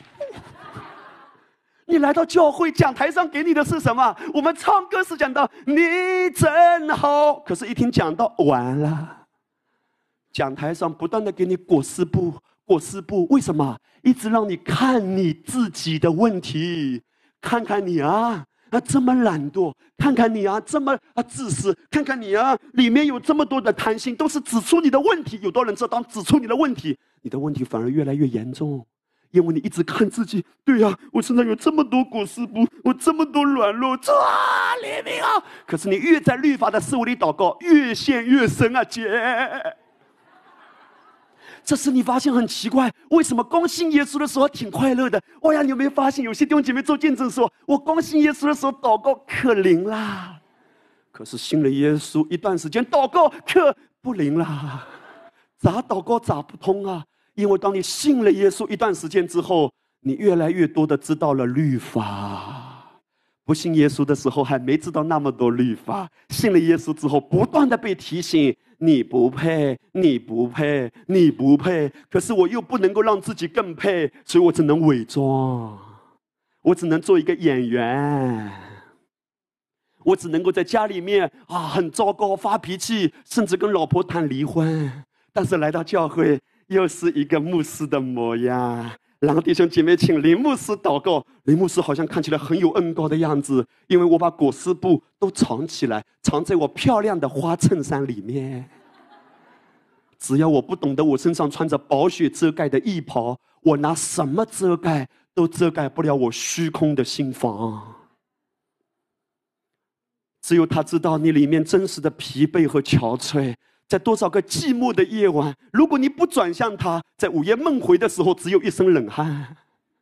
你来到教会讲台上给你的是什么？我们唱歌时讲到你真好，可是一听讲到完了。讲台上不断的给你裹尸布，裹尸布，为什么？一直让你看你自己的问题，看看你啊，啊这么懒惰，看看你啊这么啊自私，看看你啊里面有这么多的贪心，都是指出你的问题。有多人知道，当指出你的问题，你的问题反而越来越严重。因为你一直看自己，对呀、啊，我身上有这么多裹尸布，我这么多软弱，啊，怜悯啊！可是你越在律法的事物里祷告，越陷越深啊，姐。这是你发现很奇怪，为什么刚信耶稣的时候挺快乐的？哦呀，你有没有发现有些弟兄姐妹做见证说，我刚信耶稣的时候祷告可灵啦，可是信了耶稣一段时间，祷告可不灵啦，咋祷告咋不通啊？因为当你信了耶稣一段时间之后，你越来越多的知道了律法。不信耶稣的时候还没知道那么多律法，信了耶稣之后不断的被提醒，你不配，你不配，你不配。可是我又不能够让自己更配，所以我只能伪装。 我只能做一个演员，我只能够在家里面啊很糟糕发脾气，甚至跟老婆谈离婚。但是来到教会又是一个牧师的模样。然后弟兄姐妹，请林牧师祷告。林牧师好像看起来很有恩膏的样子，因为我把裹尸布都藏起来，藏在我漂亮的花衬衫里面。只要我不懂得我身上穿着宝血遮盖的衣袍，我拿什么遮盖都遮盖不了我虚空的心房。只有他知道你里面真实的疲惫和憔悴。在多少个寂寞的夜晚，如果你不转向他，在午夜梦回的时候，只有一身冷汗。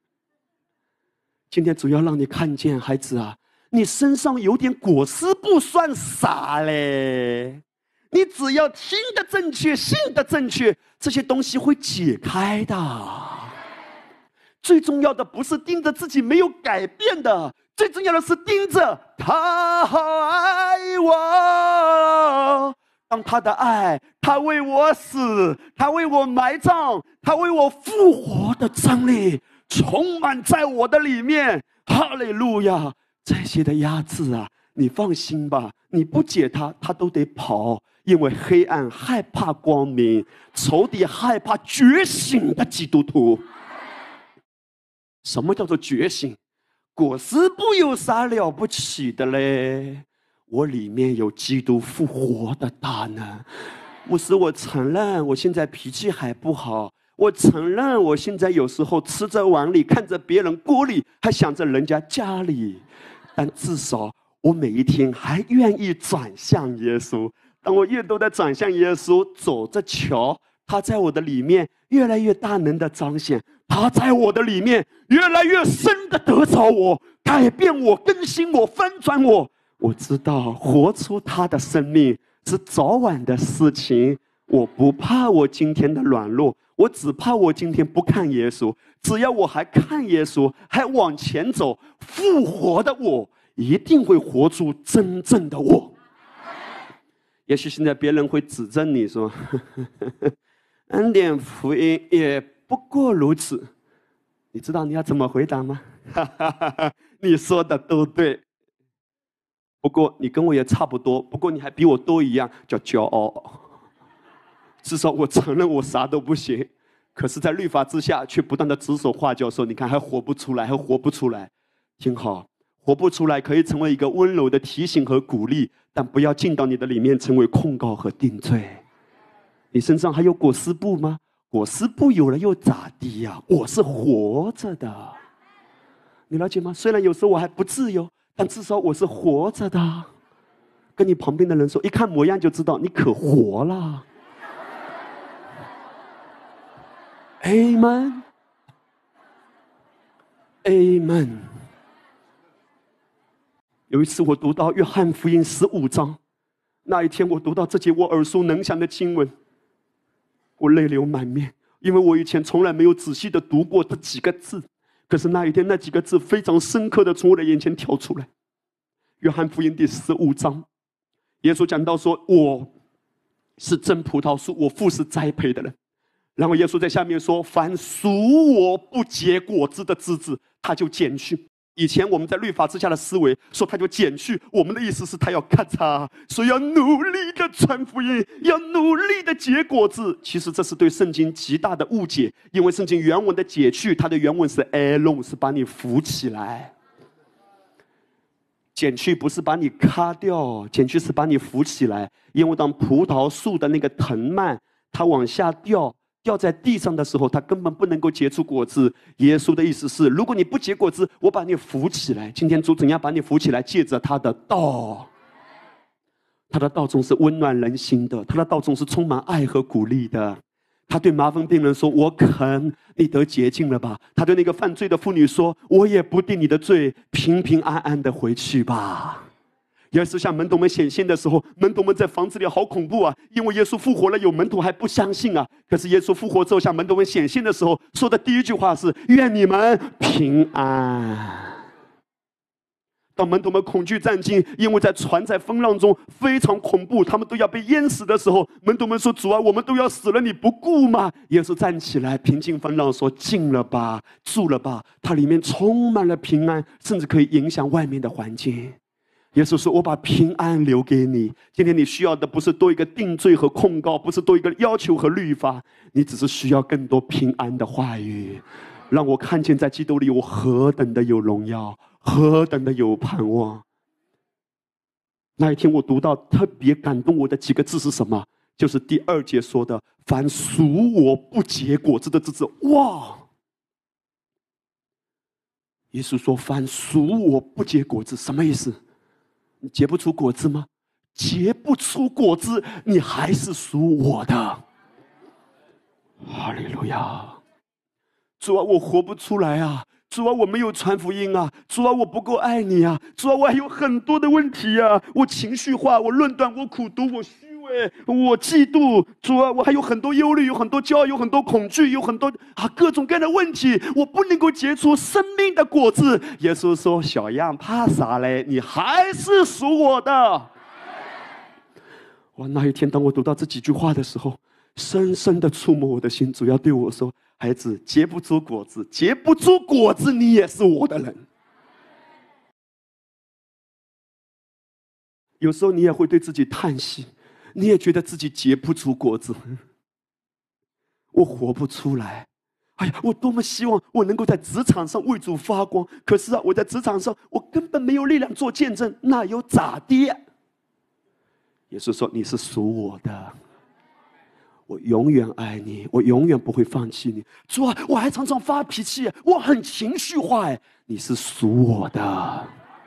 今天主要让你看见，孩子啊，你身上有点裹尸不算啥嘞。你只要听得正确，信得正确，这些东西会解开的。最重要的不是盯着自己没有改变的，最重要的是盯着他好爱我。当他的爱，他为我死，他为我埋葬，他为我复活的真理充满在我的里面。哈利路亚！这些的压制啊，你放心吧，你不解他，他都得跑。因为黑暗害怕光明，仇敌害怕觉醒的基督徒。什么叫做觉醒？裹尸布有啥了不起的嘞？我里面有基督复活的大能。牧师，我承认我现在脾气还不好，我承认我现在有时候吃着碗里，看着别人锅里，还想着人家家里，但至少我每一天还愿意转向耶稣。当我越多的转向耶稣，走着瞧，他在我的里面越来越大能的彰显，他在我的里面越来越深的得着我，改变我，更新我，翻转我。我知道活出他的生命是早晚的事情。我不怕我今天的软弱，我只怕我今天不看耶稣。只要我还看耶稣，还往前走，复活的我一定会活出真正的我。也许现在别人会指正你说，呵呵呵，恩典福音也不过如此。你知道你要怎么回答吗？哈哈哈哈，你说的都对，不过你跟我也差不多，不过你还比我多一样，叫骄傲。至少我承认我啥都不行，可是在律法之下却不断的指手画脚，说你看还活不出来，还活不出来。听好，活不出来可以成为一个温柔的提醒和鼓励，但不要进到你的里面成为控告和定罪。你身上还有裹尸布吗？裹尸布有了又咋地呀？我是活着的，你了解吗？虽然有时候我还不自由，但至少我是活着的。跟你旁边的人说，一看模样就知道你可活了。Amen Amen。 有一次我读到约翰福音十五章，那一天我读到这节我耳熟能详的经文，我泪流满面，因为我以前从来没有仔细的读过这几个字，可是那一天那几个字非常深刻的从我的眼前跳出来。约翰福音第十五章，耶稣讲到说，我是真葡萄树，我父是栽培的人。然后耶稣在下面说，凡属我不结果子的枝子，他就剪去。以前我们在律法之下的思维说他就剪去，我们的意思是他要咔嚓，所以要努力的传福音，要努力的结果子。其实这是对圣经极大的误解，因为圣经原文的解去，它的原文是 alone， 是把你扶起来。剪去不是把你咔掉，剪去是把你扶起来。因为当葡萄树的那个藤蔓它往下掉，掉在地上的时候，它根本不能够结出果子。耶稣的意思是，如果你不结果子，我把你扶起来。今天主怎样把你扶起来？借着他的道，他的道中是温暖人心的，他的道中是充满爱和鼓励的。他对麻风病人说，我肯，你得洁净了吧。他对那个犯罪的妇女说，我也不定你的罪，平平安安的回去吧。耶稣向门徒们显现的时候，门徒们在房子里好恐怖啊，因为耶稣复活了，有门徒还不相信啊。可是耶稣复活之后向门徒们显现的时候，说的第一句话是，愿你们平安。 当门徒们恐惧战惊，因为在船在风浪中非常恐怖，他们都要被淹死的时候，门徒们说：“主啊，我们都要死了，你不顾吗？”耶稣站起来，平静风浪，说：“静了吧，住了吧。”它里面充满了平安，甚至可以影响外面的环境。耶稣说：“我把平安留给你。今天你需要的不是多一个定罪和控告，不是多一个要求和律法，你只是需要更多平安的话语，让我看见在基督里我何等的有荣耀，何等的有盼望。”那一天我读到特别感动我的几个字是什么？就是第二节说的：“凡属我不结果子的枝子。”哇！耶稣说：“凡属我不结果子，什么意思？你结不出果子吗？结不出果子，你还是属我的。”哈利路亚！主啊，我活不出来啊！主啊，我没有传福音啊！主啊，我不够爱你啊！主啊，我还有很多的问题啊！我情绪化，我论断，我苦毒，我虚伪，我嫉妒。主啊，我还有很多忧虑，有很多骄傲，有很多恐惧，有很多啊各种各样的问题，我不能够结出生命的果子。耶稣说：“小样，怕啥嘞？你还是属我的。”哇！那一天，当我读到这几句话的时候，深深的触摸我的心。主要对我说：“孩子，结不出果子，结不出果子，你也是我的人。”有时候你也会对自己叹息，你也觉得自己结不出果子，我活不出来。哎呀，我多么希望我能够在职场上为主发光，可是啊，我在职场上我根本没有力量做见证，那又咋的？耶稣说：“你是属我的。我永远爱你，我永远不会放弃你。”主啊，我还常常发脾气，我很情绪化。哎，你是属我的。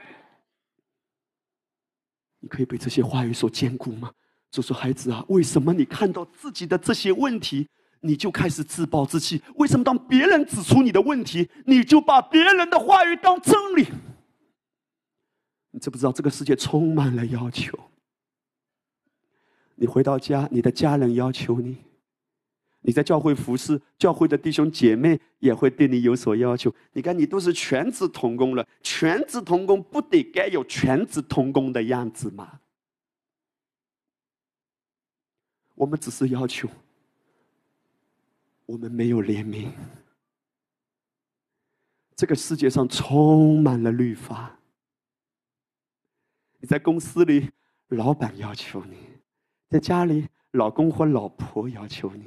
你可以被这些话语所坚固吗？主说：“孩子啊，为什么你看到自己的这些问题，你就开始自暴自弃？为什么当别人指出你的问题，你就把别人的话语当真理？你知不知道这个世界充满了要求？你回到家，你的家人要求你；你在教会服侍，教会的弟兄姐妹也会对你有所要求。你看，你都是全职同工了，全职同工不得该有全职同工的样子吗？我们只是要求，我们没有怜悯。这个世界上充满了律法。你在公司里，老板要求你；在家里，老公或老婆要求你；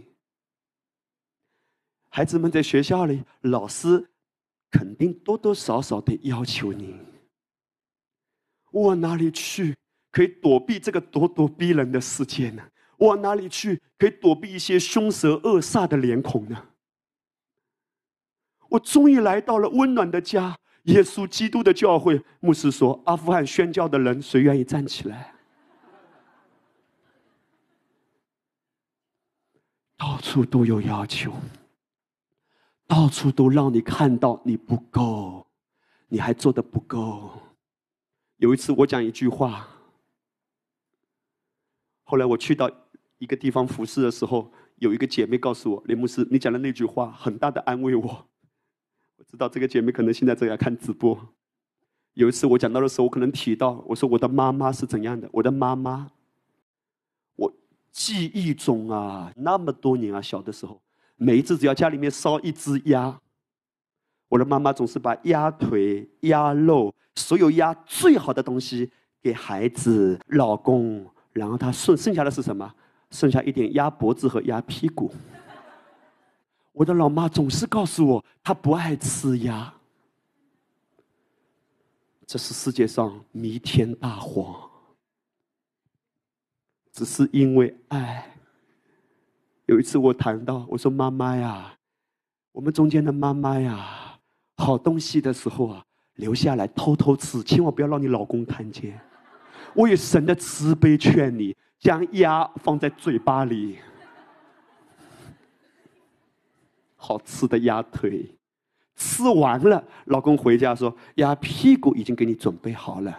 孩子们在学校里，老师肯定多多少少得要求你。我哪里去可以躲避这个咄咄逼人的世界呢？我哪里去可以躲避一些凶蛇恶煞的脸孔呢？我终于来到了温暖的家，耶稣基督的教会。牧师说：“阿富汗宣教的人，谁愿意站起来？”到处都有要求，到处都让你看到你不够，你还做得不够。有一次我讲一句话，后来我去到一个地方服侍的时候，有一个姐妹告诉我：“林牧师，你讲的那句话很大的安慰我。”我知道这个姐妹可能现在正在看直播。有一次我讲到的时候，我可能提到，我说我的妈妈是怎样的。我的妈妈，我记忆中啊，那么多年啊，小的时候，每一次只要家里面烧一只鸭，我的妈妈总是把鸭腿、鸭肉，所有鸭最好的东西给孩子、老公，然后她剩剩下的是什么？剩下一点鸭脖子和鸭屁股。我的老妈总是告诉我，她不爱吃鸭。这是世界上弥天大谎，只是因为爱。有一次我谈到，我说：“妈妈呀，我们中间的妈妈呀，好东西的时候啊，留下来偷偷吃，千万不要让你老公看见。我以神的慈悲劝你，将鸭放在嘴巴里。”好吃的鸭腿，吃完了，老公回家说：“鸭屁股已经给你准备好了。”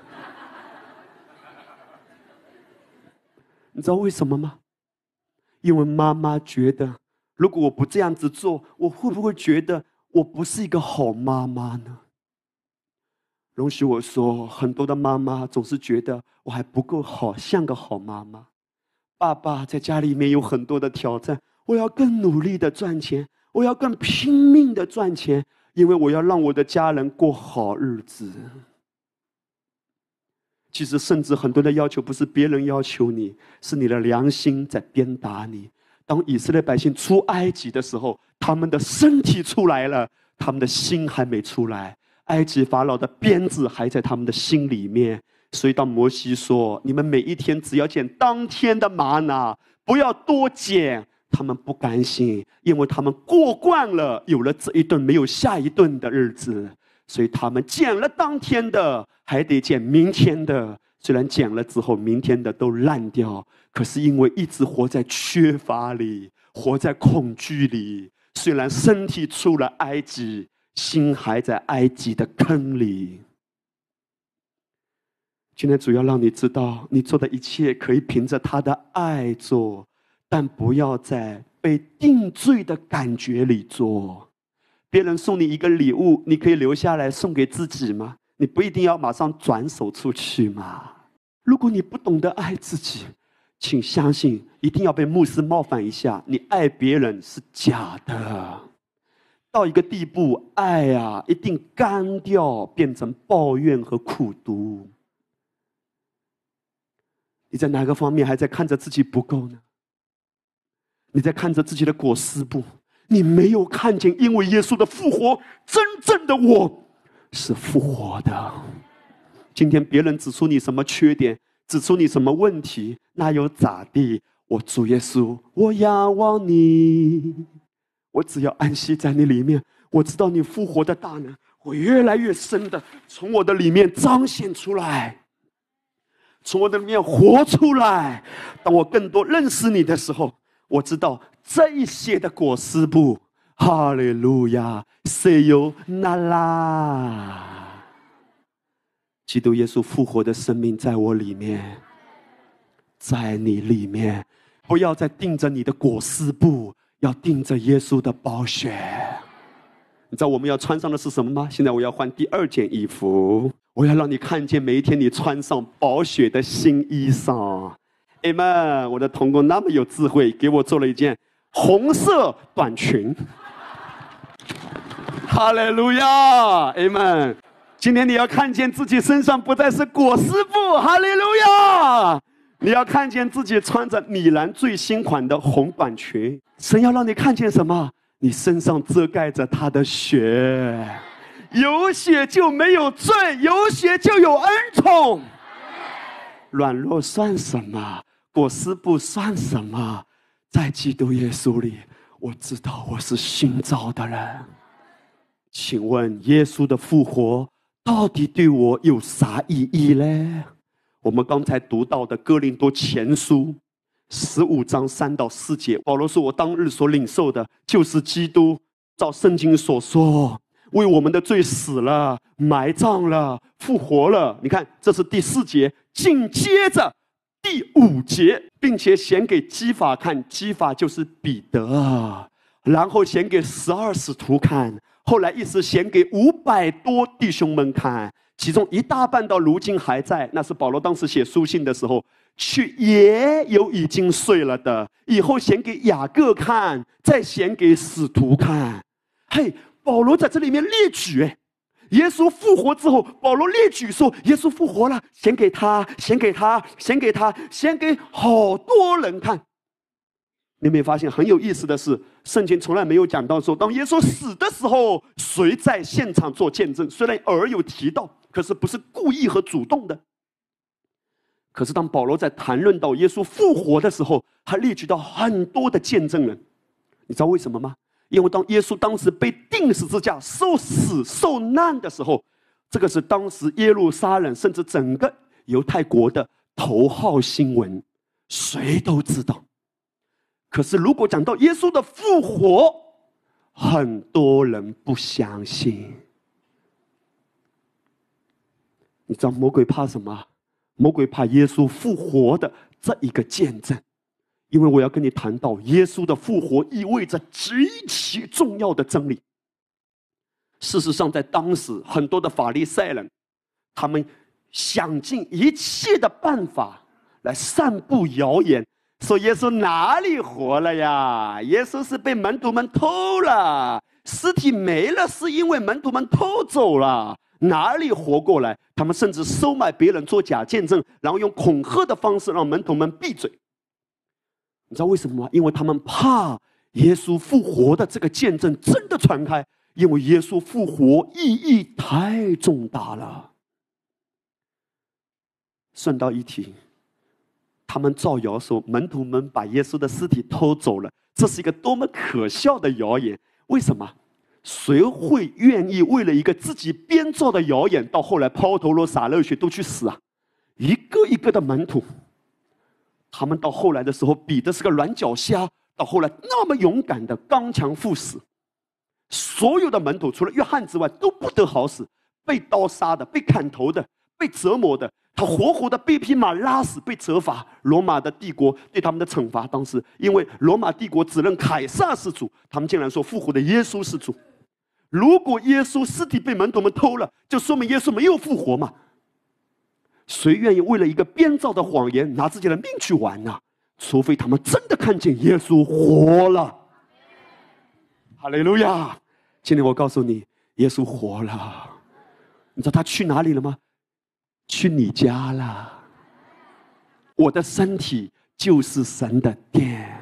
你知道为什么吗？因为妈妈觉得，如果我不这样子做，我会不会觉得我不是一个好妈妈呢？ 容许我说，很多的妈妈总是觉得我还不够好，像个好妈妈。爸爸在家里面有很多的挑战，我要更努力的赚钱，我要更拼命的赚钱，因为我要让我的家人过好日子。其实甚至很多的要求不是别人要求你，是你的良心在鞭打你。当以色列百姓出埃及的时候，他们的身体出来了，他们的心还没出来，埃及法老的鞭子还在他们的心里面。所以当摩西说，你们每一天只要捡当天的玛拿，不要多捡，他们不甘心，因为他们过惯了有了这一顿没有下一顿的日子，所以他们捡了当天的，还得捡明天的。虽然捡了之后明天的都烂掉，可是因为一直活在缺乏里，活在恐惧里，虽然身体出了埃及，心还在埃及的坑里。今天主要让你知道，你做的一切可以凭着他的爱做，但不要在被定罪的感觉里做。别人送你一个礼物，你可以留下来送给自己吗？你不一定要马上转手出去嘛。如果你不懂得爱自己，请相信，一定要被牧师冒犯一下，你爱别人是假的。到一个地步，爱啊，一定干掉，变成抱怨和苦毒。你在哪个方面还在看着自己不够呢？你在看着自己的裹尸布，你没有看见，因为耶稣的复活，真正的我是复活的。今天别人指出你什么缺点，指出你什么问题，那又咋地？我主耶稣，我仰望你，我只要安息在你里面。我知道你复活的大能，我越来越深的从我的里面彰显出来，从我的里面活出来。当我更多认识你的时候，我知道这一些的裹尸布，哈利路亚，塞尤那拉。基督耶稣复活的生命在我里面，在你里面，不要再盯着你的裹尸布，要盯着耶稣的宝血。你知道我们要穿上的是什么吗？现在我要换第二件衣服，我要让你看见每一天你穿上宝血的新衣裳。Amen！ 我的同工那么有智慧，给我做了一件红色短裙。哈利路亚 ！Amen！ 今天你要看见自己身上不再是裹尸布，哈利路亚！你要看见自己穿着米兰最新款的红短裙。神要让你看见什么？你身上遮盖着他的血，有血就没有罪，有血就有恩宠。软弱算什么？裹尸布算什么？在基督耶稣里，我知道我是新造的人。请问耶稣的复活到底对我有啥意义呢？我们刚才读到的哥林多前书十五章三到四节，保罗说，我当日所领受的就是基督照圣经所说，为我们的罪死了，埋葬了，复活了。你看，这是第四节，紧接着第五节，并且显给基法看，基法就是彼得，然后显给十二使徒看，后来一直显给五百多弟兄们看，其中一大半到如今还在，那是保罗当时写书信的时候，去也有已经睡了的，以后显给雅各看，再显给使徒看。嘿，保罗在这里面列举，哎，耶稣复活之后，保罗列举说，耶稣复活了，显给他，显给他，显给他，显给好多人看。你有没有发现很有意思的是，圣经从来没有讲到说，当耶稣死的时候，谁在现场做见证？虽然偶尔有提到，可是不是故意和主动的。可是当保罗在谈论到耶稣复活的时候，他列举到很多的见证人。你知道为什么吗？因为当耶稣当时被钉十字架、受死受难的时候，这个是当时耶路撒冷甚至整个犹太国的头号新闻，谁都知道。可是如果讲到耶稣的复活，很多人不相信。你知道魔鬼怕什么？魔鬼怕耶稣复活的这一个见证。因为我要跟你谈到耶稣的复活意味着极其重要的真理。事实上在当时很多的法利赛人他们想尽一切的办法来散布谣言，说耶稣哪里活了呀？耶稣是被门徒们偷了，尸体没了是因为门徒们偷走了，哪里活过来？他们甚至收买别人做假见证，然后用恐吓的方式让门徒们闭嘴。你知道为什么吗？因为他们怕耶稣复活的这个见证真的传开，因为耶稣复活意义太重大了。顺道一提，他们造谣说门徒们把耶稣的尸体偷走了，这是一个多么可笑的谣言！为什么？谁会愿意为了一个自己编造的谣言，到后来抛头颅洒热血都去死啊？一个一个的门徒，他们到后来的时候，彼得是个软脚虾，到后来那么勇敢的刚强赴死。所有的门徒除了约翰之外都不得好死，被刀杀的，被砍头的，被折磨的，他活活的被匹马拉死，被责罚。罗马的帝国对他们的惩罚，当时因为罗马帝国只认凯撒是主，他们竟然说复活的耶稣是主。如果耶稣尸体被门徒们偷了，就说明耶稣没有复活嘛？谁愿意为了一个编造的谎言拿自己的命去玩呢？除非他们真的看见耶稣活了。哈利路亚！今天我告诉你，耶稣活了。你知道他去哪里了吗？去你家了。我的身体就是神的殿。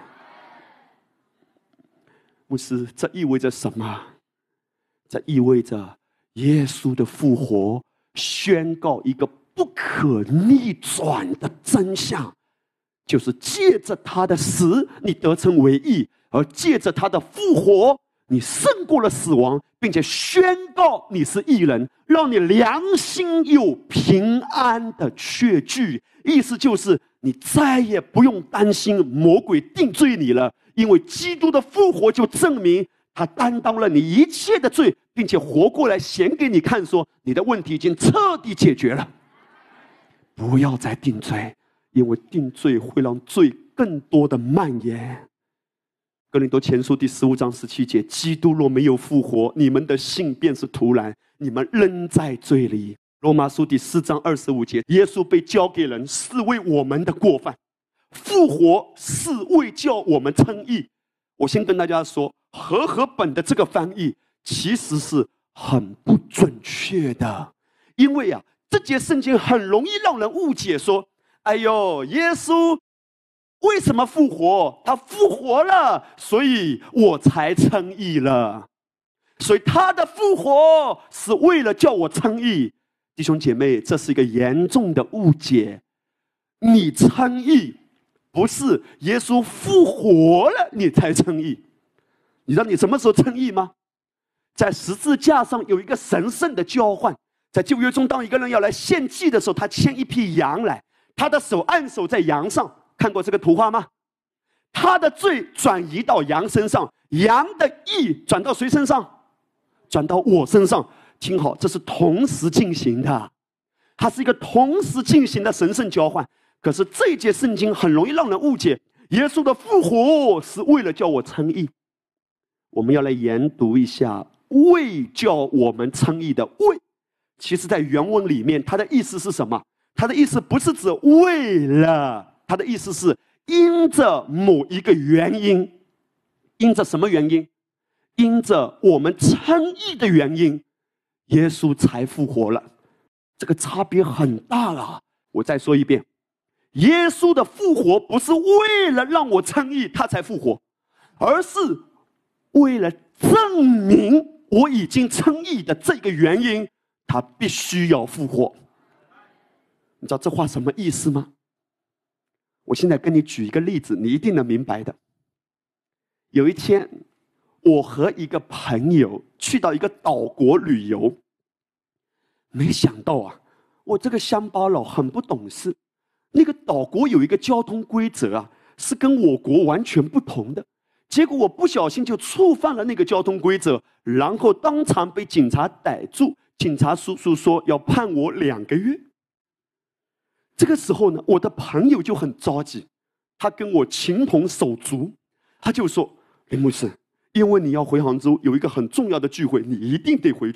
牧师，这意味着什么？这意味着耶稣的复活宣告一个不可逆转的真相，就是借着他的死你得成为义，而借着他的复活你胜过了死亡，并且宣告你是义人，让你良心有平安的确据。意思就是你再也不用担心魔鬼定罪你了，因为基督的复活就证明他担当了你一切的罪，并且活过来显给你看，说你的问题已经彻底解决了。不要再定罪，因为定罪会让罪更多的蔓延。哥林多前书第十五章十七节，基督若没有复活，你们的信便是徒然，你们仍在罪里。罗马书第四章二十五节，耶稣被交给人，是为我们的过犯；复活是为叫我们称义。我先跟大家说，和合本的这个翻译其实是很不准确的，因为啊，这节圣经很容易让人误解说，哎呦，耶稣为什么复活？他复活了，所以我才称义了。所以他的复活是为了叫我称义。弟兄姐妹，这是一个严重的误解。你称义不是耶稣复活了你才称义。你知道你什么时候称义吗？在十字架上有一个神圣的交换。在旧约中，当一个人要来献祭的时候，他牵一匹羊来，他的手按手在羊上，看过这个图画吗？他的罪转移到羊身上，羊的义转到谁身上？转到我身上。听好，这是同时进行的，它是一个同时进行的神圣交换。可是这一节圣经很容易让人误解，耶稣的复活是为了叫我称义。我们要来研读一下为叫我们称义的为，其实在原文里面它的意思是什么？它的意思不是指为了，它的意思是因着某一个原因。因着什么原因？因着我们称义的原因，耶稣才复活了。这个差别很大了。我再说一遍，耶稣的复活不是为了让我称义他才复活，而是为了证明我已经称义的这个原因，他必须要复活。你知道这话什么意思吗？我现在跟你举一个例子，你一定能明白的。有一天，我和一个朋友去到一个岛国旅游，没想到啊，我这个乡巴佬很不懂事。那个岛国有一个交通规则啊，是跟我国完全不同的。结果我不小心就触犯了那个交通规则，然后当场被警察逮住。警察叔叔说要判我两个月。这个时候呢，我的朋友就很着急，他跟我情同手足，他就说：林牧师，因为你要回杭州有一个很重要的聚会，你一定得回去，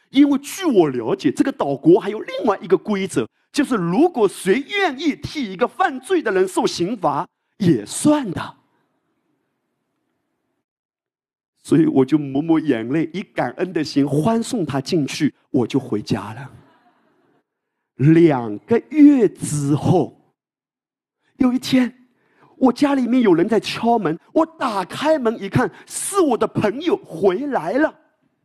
因为据我了解，这个岛国还有另外一个规则，就是如果谁愿意替一个犯罪的人受刑罚，也算的。所以我就抹抹眼泪，以感恩的心欢送他进去，我就回家了。两个月之后，有一天，我家里面有人在敲门，我打开门一看，是我的朋友回来了。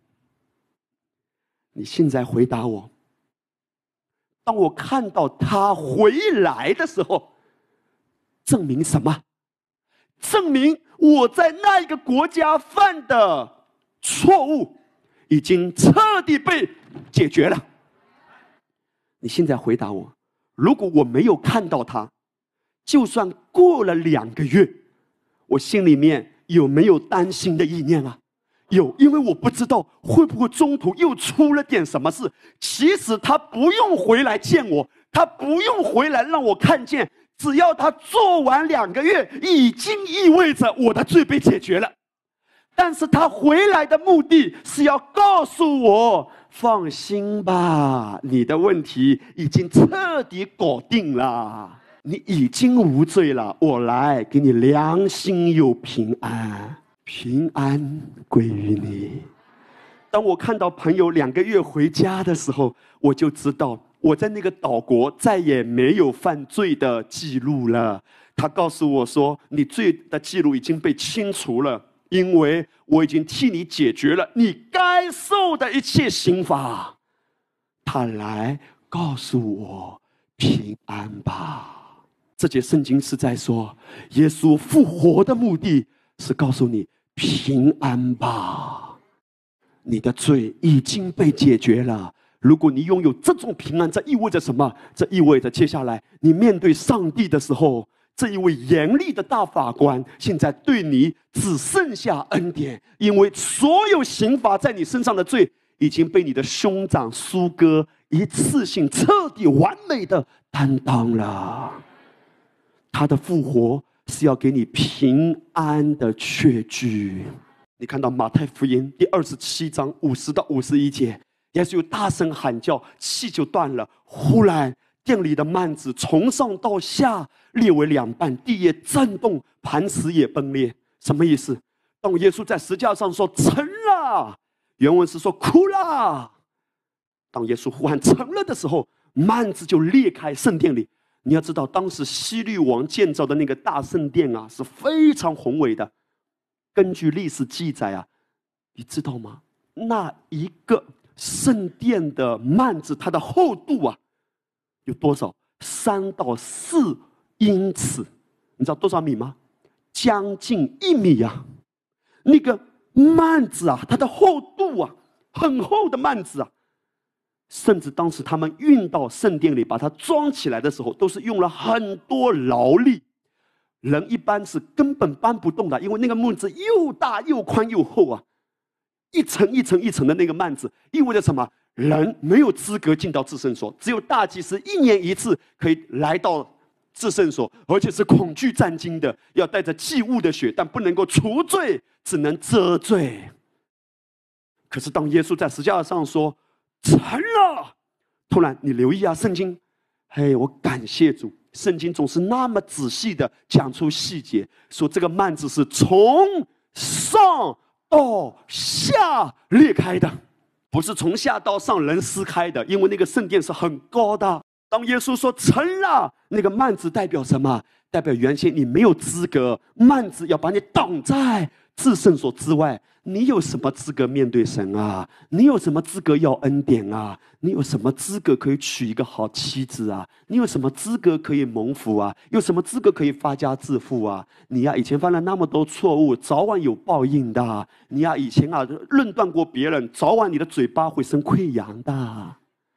你现在回答我，当我看到他回来的时候，证明什么？证明我在那一个国家犯的错误已经彻底被解决了。你现在回答我，如果我没有看到他，就算过了两个月，我心里面有没有担心的意念啊？有，因为我不知道会不会中途又出了点什么事。其实他不用回来见我，他不用回来让我看见，只要他做完两个月，已经意味着我的罪被解决了。但是他回来的目的是要告诉我，放心吧，你的问题已经彻底搞定了，你已经无罪了，我来给你良心有平安，平安归于你。当我看到朋友两个月回家的时候，我就知道我在那个岛国再也没有犯罪的记录了。他告诉我说，你罪的记录已经被清除了，因为我已经替你解决了你该受的一切刑罚。他来告诉我平安吧。这节圣经是在说，耶稣复活的目的是告诉你平安吧，你的罪已经被解决了。如果你拥有这种平安，这意味着什么？这意味着接下来你面对上帝的时候，这一位严厉的大法官现在对你只剩下恩典，因为所有刑罚在你身上的罪已经被你的兄长苏哥一次性彻底完美的担当了。他的复活是要给你平安的确据。你看到马太福音第二十七章五十到五十一节，耶稣大声喊叫，气就断了。忽然殿里的幔子从上到下裂为两半，地也震动，磐石也崩裂。什么意思？当耶稣在十字架上说成了，原文是说哭了。当耶稣呼喊成了的时候，幔子就裂开，圣殿里。你要知道，当时希律王建造的那个大圣殿啊，是非常宏伟的。根据历史记载啊，你知道吗？那一个圣殿的幔子，它的厚度啊，有多少？三到四英尺。你知道多少米吗？将近一米啊！那个幔子啊，它的厚度啊，很厚的幔子啊。甚至当时他们运到圣殿里把它装起来的时候，都是用了很多劳力，人一般是根本搬不动的，因为那个幔子又大又宽又厚啊，一层一层一层的那个幔子，意味着什么？人没有资格进到至圣所，只有大祭司一年一次可以来到至圣所，而且是恐惧战惊的，要带着祭物的血，但不能够除罪，只能遮罪。可是当耶稣在十字架上说成了，突然你留意啊，圣经，嘿，我感谢主，圣经总是那么仔细的讲出细节，说这个幔子是从上到下裂开的，不是从下到上人撕开的，因为那个圣殿是很高的。当耶稣说成了，那个幔子代表什么？代表原先你没有资格，幔子要把你挡在至圣所之外。你有什么资格面对神啊？你有什么资格要恩典啊？你有什么资格可以娶一个好妻子啊？你有什么资格可以蒙福啊？有什么资格可以发家致富啊？你呀、啊，以前犯了那么多错误，早晚有报应的。你呀、啊，以前啊论断过别人，早晚你的嘴巴会生溃疡的。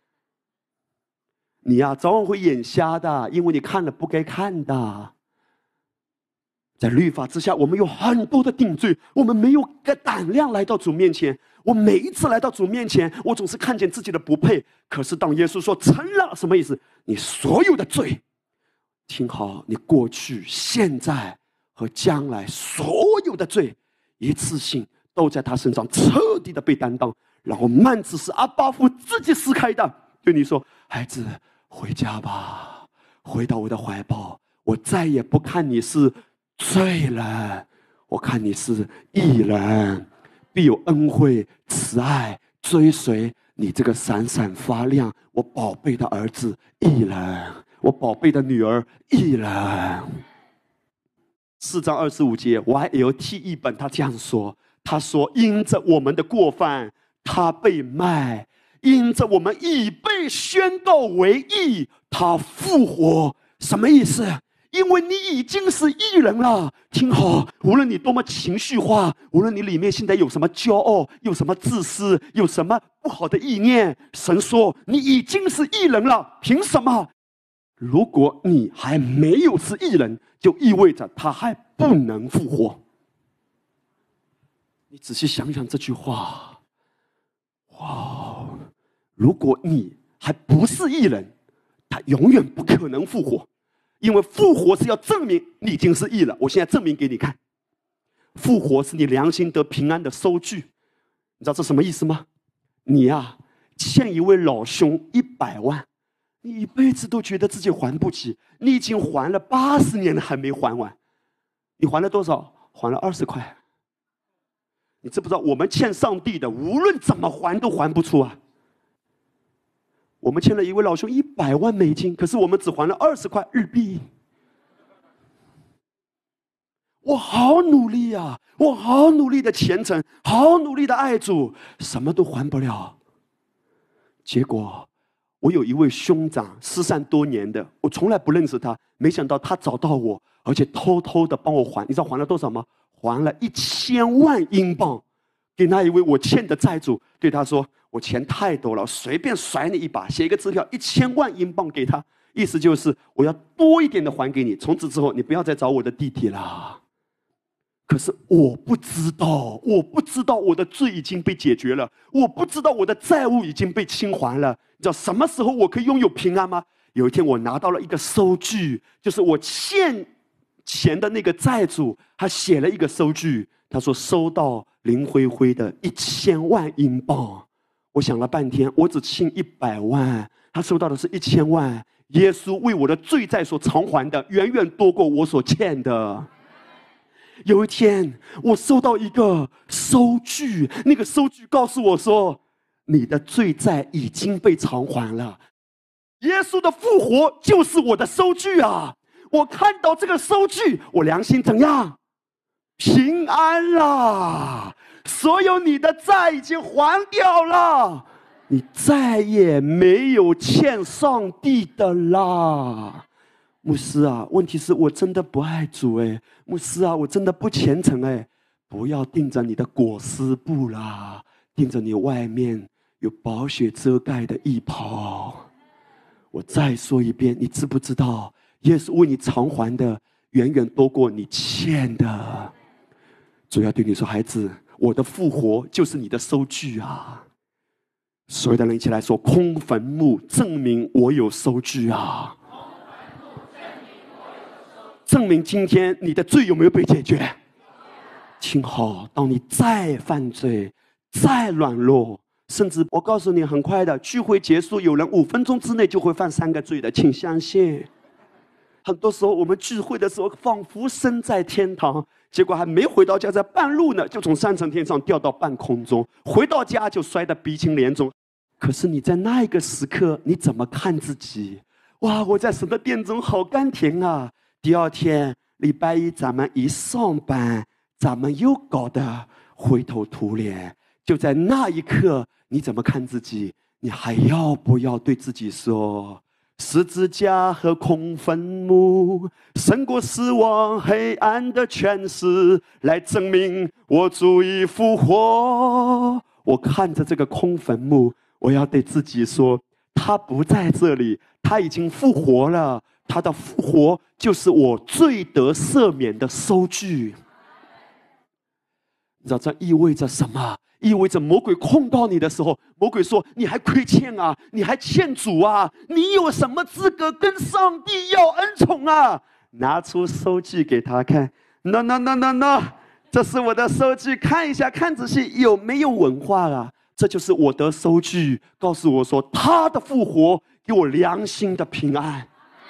你呀、啊，早晚会眼瞎的，因为你看了不该看的。在律法之下，我们有很多的定罪，我们没有个胆量来到主面前。我每一次来到主面前，我总是看见自己的不配。可是当耶稣说成了，什么意思？你所有的罪，听好，你过去、现在和将来所有的罪，一次性都在他身上彻底的被担当。 然后幔子是阿爸父自己撕开的，对你说：“孩子，回家吧，回到我的怀抱。我再也不看你是罪人，我看你是义人，必有恩惠慈爱追随你这个闪闪发亮，我宝贝的儿子义人，我宝贝的女儿义人。”四章二十五节 Y L T 译本他这样说，他说：“因着我们的过犯，他被卖；因着我们已被宣告为义，他复活。”什么意思？因为你已经是义人了。听好，无论你多么情绪化，无论你里面现在有什么骄傲，有什么自私，有什么不好的意念，神说你已经是义人了。凭什么？如果你还没有是义人，就意味着他还不能复活。你仔细想想这句话，哇！如果你还不是义人，他永远不可能复活，因为复活是要证明你已经是义了。我现在证明给你看，复活是你良心得平安的收据。你知道这什么意思吗？你呀、啊，欠一位老兄一百万。你一辈子都觉得自己还不起，你已经还了八十年了还没还完，你还了多少？还了二十块。你知不知道我们欠上帝的，无论怎么还都还不出啊？我们欠了一位老兄一百万美金，可是我们只还了二十块日币。我好努力啊，我好努力的虔诚，好努力的爱主，什么都还不了。结果我有一位兄长，失散多年的，我从来不认识他，没想到他找到我，而且偷偷的帮我还。你知道还了多少吗？还了一千万英镑给那一位我欠的债主。对他说：“我钱太多了，随便甩你一把，写一个支票，一千万英镑给他，意思就是我要多一点的还给你，从此之后你不要再找我的弟弟啦。”可是我不知道，我不知道我的罪已经被解决了，我不知道我的债务已经被清还了。你知道什么时候我可以拥有平安吗？有一天我拿到了一个收据，就是我欠钱的那个债主，他写了一个收据，他说收到林辉辉的一千万英镑。我想了半天，我只欠一百万，他收到的是一千万。耶稣为我的罪债所偿还的，远远多过我所欠的。有一天，我收到一个收据，那个收据告诉我说，你的罪债已经被偿还了。耶稣的复活就是我的收据啊！我看到这个收据，我良心怎样？平安啦！所有你的债已经还掉了，你再也没有欠上帝的啦。牧师啊，问题是我真的不爱主哎，牧师啊，我真的不虔诚哎，不要盯着你的裹尸布啦，盯着你外面有宝血遮盖的衣袍。我再说一遍，你知不知道，耶稣为你偿还的远远多过你欠的。主要对你说，孩子，我的复活就是你的收据啊！所有的人一起来说，空坟墓证明我有收据啊！证明今天你的罪有没有被解决？听好，当你再犯罪、再软弱，甚至我告诉你，很快的聚会结束，有人五分钟之内就会犯三个罪的，请相信。很多时候我们聚会的时候，仿佛身在天堂，结果还没回到家，在半路呢，就从三层天上掉到半空中，回到家就摔得鼻青脸肿。可是你在那一个时刻，你怎么看自己？哇，我在神的殿中好甘甜啊！第二天礼拜一咱们一上班，咱们又搞得灰头土脸。就在那一刻，你怎么看自己？你还要不要对自己说，十字架和空坟墓胜过死亡黑暗的权势，来证明我主已复活。我看着这个空坟墓，我要对自己说，他不在这里，他已经复活了，他的复活就是我罪得赦免的收据。你知道这意味着什么？意味着魔鬼控告你的时候，魔鬼说，你还亏欠啊，你还欠主啊，你有什么资格跟上帝要恩宠啊？拿出收据给他看， no no no no no， 这是我的收据，看一下，看仔细，有没有文化啊？ 这就是我得收据告诉我说，他的复活给我良心的平安。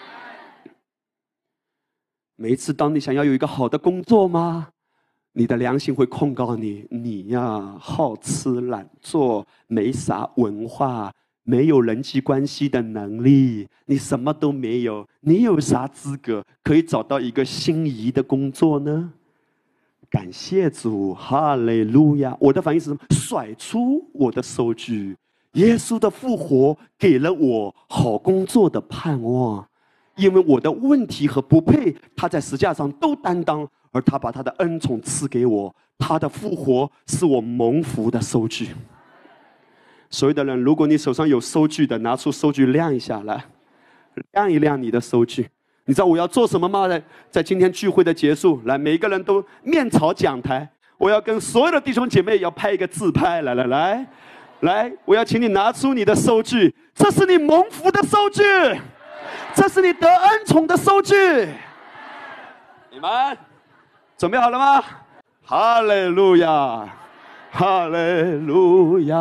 每一次当你想要有一个好的工作吗？你的良心会控告你，你呀好吃懒做，没啥文化，没有人际关系的能力，你什么都没有，你有啥资格可以找到一个心仪的工作呢？感谢主，哈利路亚！我的反应是什么？甩出我的收据。耶稣的复活给了我好工作的盼望，因为我的问题和不配，他在十字架上都担当。而他把他的恩宠赐给我，他的复活是我蒙福的收据。所有的人，如果你手上有收据的，拿出收据亮一下来，亮一亮你的收据。你知道我要做什么吗？在在今天聚会的结束，来，每一个人都面朝讲台，我要跟所有的弟兄姐妹要拍一个自拍，来来来，来，我要请你拿出你的收据，这是你蒙福的收据，这是你得恩宠的收据。你们准备好了吗？哈利路亚，哈利路亚！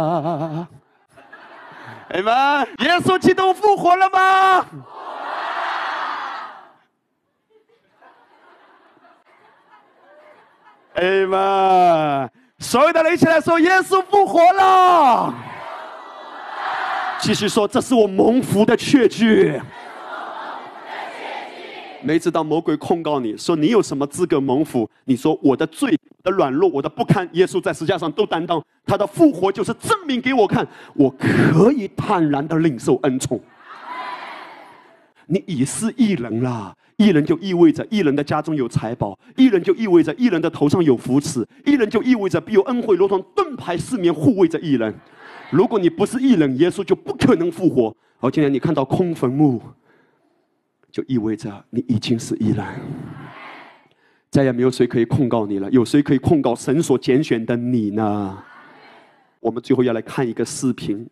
阿们，耶稣基督复活了吗？阿们，所有的人一起来说：耶稣复活了！继续说，这是我蒙福的确据。每次当魔鬼控告你说你有什么资格蒙福，你说我的罪、我的软弱、我的不堪，耶稣在十字架上都担当，他的复活就是证明给我看，我可以坦然的领受恩宠。你已是义人啦，义人就意味着义人的家中有财宝，义人就意味着义人的头上有福祉，义人就意味着必有恩惠如同盾牌四面护卫着义人。如果你不是义人，耶稣就不可能复活。而今天你看到空坟墓，就意味着你已经是义人，再也没有谁可以控告你了。有谁可以控告神所拣选的你呢？我们最后要来看一个视频。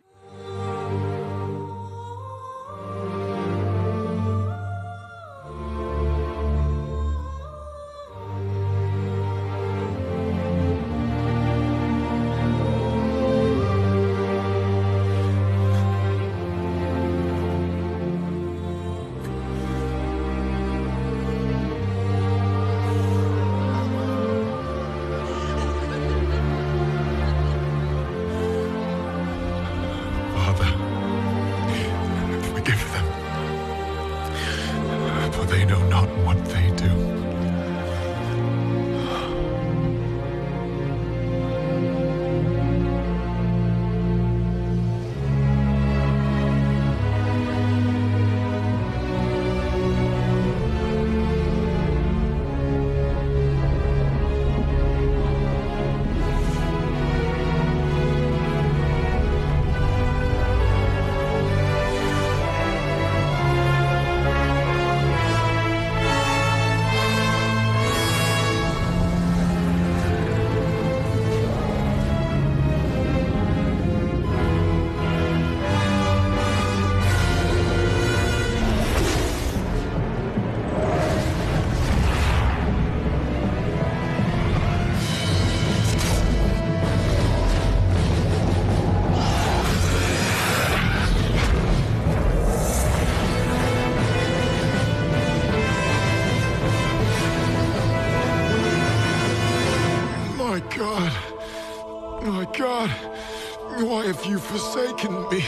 God, why have you forsaken me?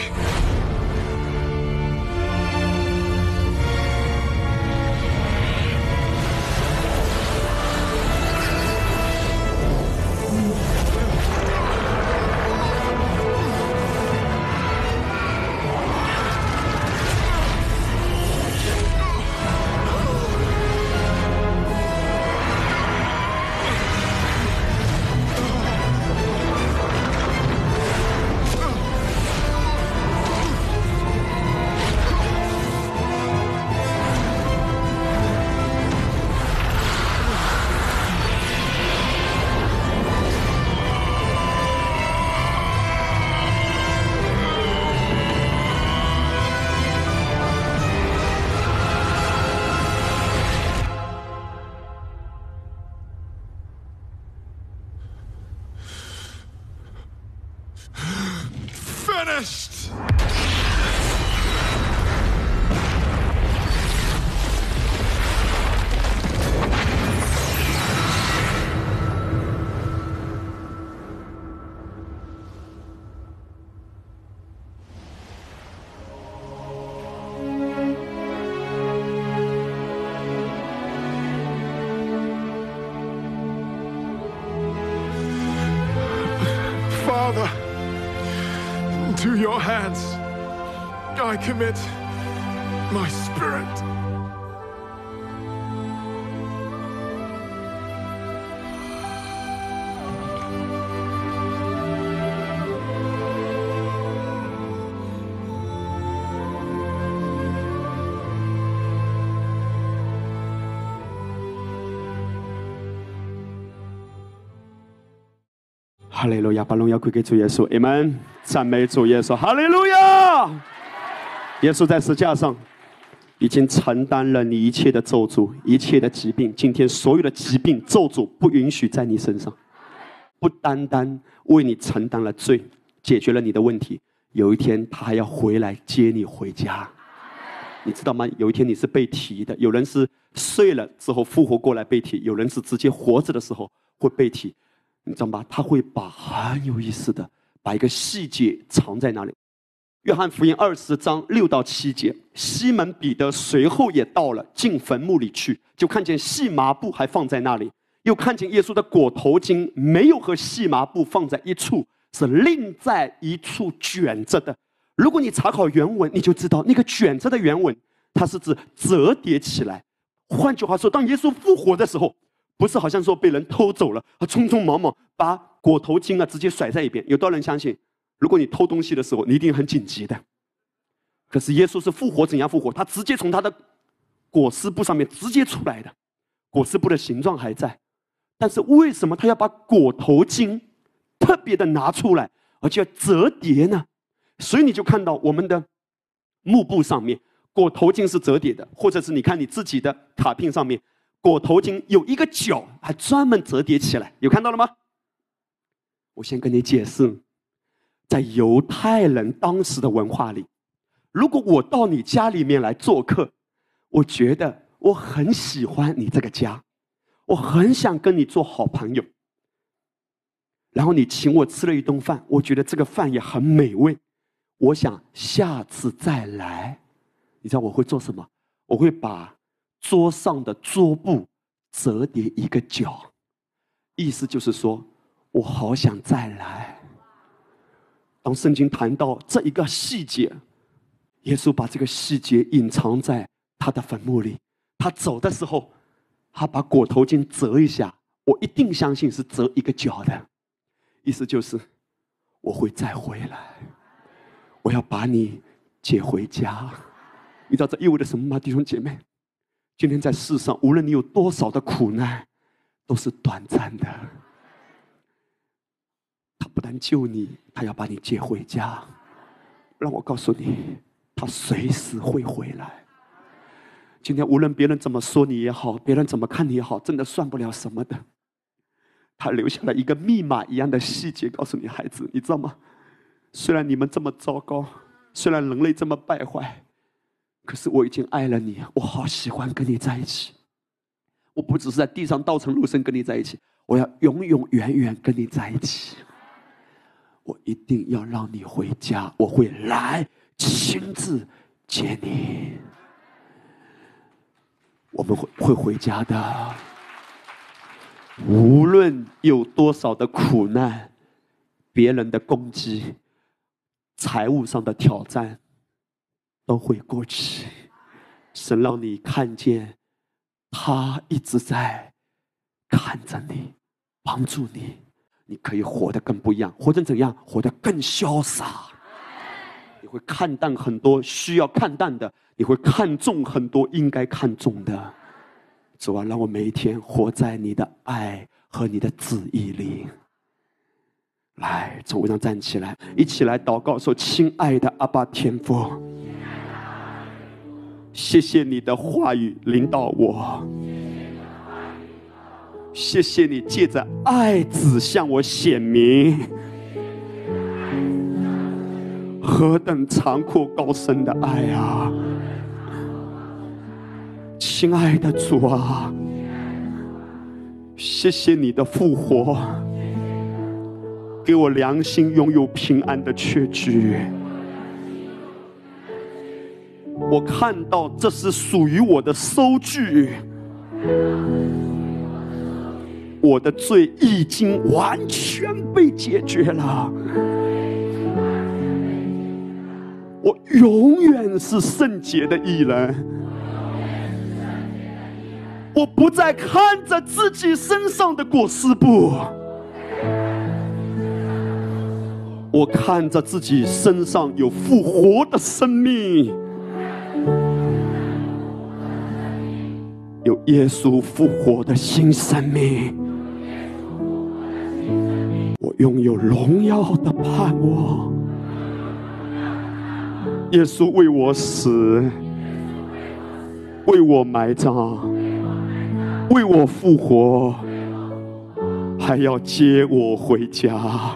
finished. Father, to your hands I commit my spirit. 哈利路亚，把荣耀归给主耶稣，阿们！赞美主耶稣，哈利路亚！耶稣在十字架上已经承担了你一切的咒诅，一切的疾病。今天所有的疾病咒诅不允许在你身上，不单单为你承担了罪，解决了你的问题，有一天他还要回来接你回家。你知道吗？有一天你是被提的，有人是睡了之后复活过来被提，有人是直接活着的时候会被提。你知道吗？他会把很有意思的，把一个细节藏在那里。约翰福音二十章六到七节，西门彼得随后也到了，进坟墓里去，就看见细麻布还放在那里，又看见耶稣的裹头巾没有和细麻布放在一处，是另在一处卷着的。如果你查考原文，你就知道那个卷着的原文，它是指折叠起来。换句话说，当耶稣复活的时候，不是好像说被人偷走了，匆匆忙忙把裹头巾啊直接甩在一边。有多少人相信，如果你偷东西的时候，你一定很紧急的。可是耶稣是复活，怎样复活？他直接从他的裹尸布上面直接出来的，裹尸布的形状还在，但是为什么他要把裹头巾特别的拿出来，而且要折叠呢？所以你就看到我们的幕布上面裹头巾是折叠的，或者是你看你自己的卡片上面裹头巾有一个角还专门折叠起来，有看到了吗？我先跟你解释，在犹太人当时的文化里，如果我到你家里面来做客，我觉得我很喜欢你这个家，我很想跟你做好朋友，然后你请我吃了一顿饭，我觉得这个饭也很美味，我想下次再来。你知道我会做什么？我会把桌上的桌布折叠一个角，意思就是说我好想再来。当圣经谈到这一个细节，耶稣把这个细节隐藏在他的坟墓里，他走的时候他把裹头巾折一下，我一定相信是折一个角的，意思就是我会再回来，我要把你接回家。你知道这意味着什么吗，弟兄姐妹？今天在世上，无论你有多少的苦难，都是短暂的。他不但救你，他要把你接回家。让我告诉你，他随时会回来。今天无论别人怎么说你也好，别人怎么看你也好，真的算不了什么的。他留下了一个密码一样的细节，告诉你孩子，你知道吗？虽然你们这么糟糕，虽然人类这么败坏，可是我已经爱了你，我好喜欢跟你在一起。我不只是在地上道成肉身跟你在一起，我要永永远远跟你在一起。我一定要让你回家，我会来亲自接你。我们会会回家的，无论有多少的苦难，别人的攻击，财务上的挑战，都会过去。神让你看见他一直在看着你，帮助你，你可以活得更不一样。活成怎样？活得更潇洒。你会看淡很多需要看淡的，你会看重很多应该看重的。主啊，让我每一天活在你的爱和你的旨意里。来，从位上站起来，一起来祷告说：亲爱的阿爸天父，谢谢你的话语领导我，谢谢你借着爱子向我显明， 何等长阔高深的爱啊！亲爱的主啊，谢谢你的复活，给我良心拥有平安的确据。我看到这是属于我的收据，我的罪已经完全被解决了，我永远是圣洁的义人。我不再看着自己身上的裹尸布，我看着自己身上有复活的生命，有耶稣复活的新生命，我拥有荣耀的盼望。耶稣为我死，为我埋葬，为我复活，还要接我回家。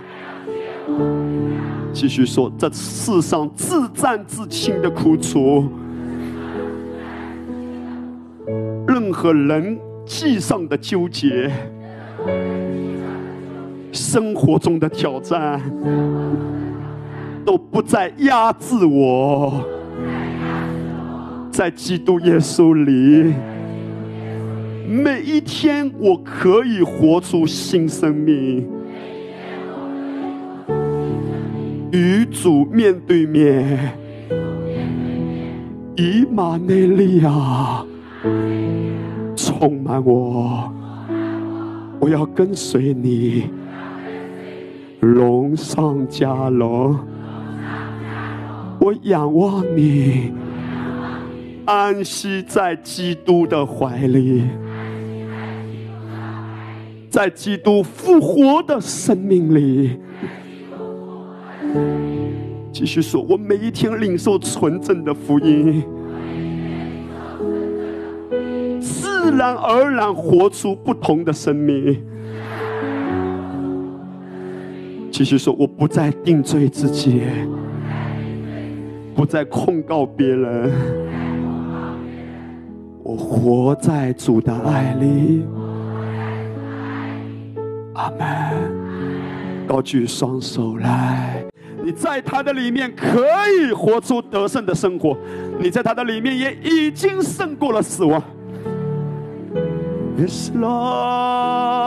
继续说，这世上自战自清的苦楚，任何人际上的纠结，生活中的挑战，都不再压制我。在基督耶稣里，每一天我可以活出新生命，与主面对面。以马内利亚充满我，我要跟随你，荣上加荣。我仰望你，安息在基督的怀里，在基督复活的生命里。继续说，我每一天领受纯正的福音，自然而然活出不同的生命。继续说，我不再定罪自己，不再控告别人，我活在主的爱里。阿们。高举双手来，你在他的里面可以活出得胜的生活，你在他的里面也已经胜过了死亡。Yes, Lord.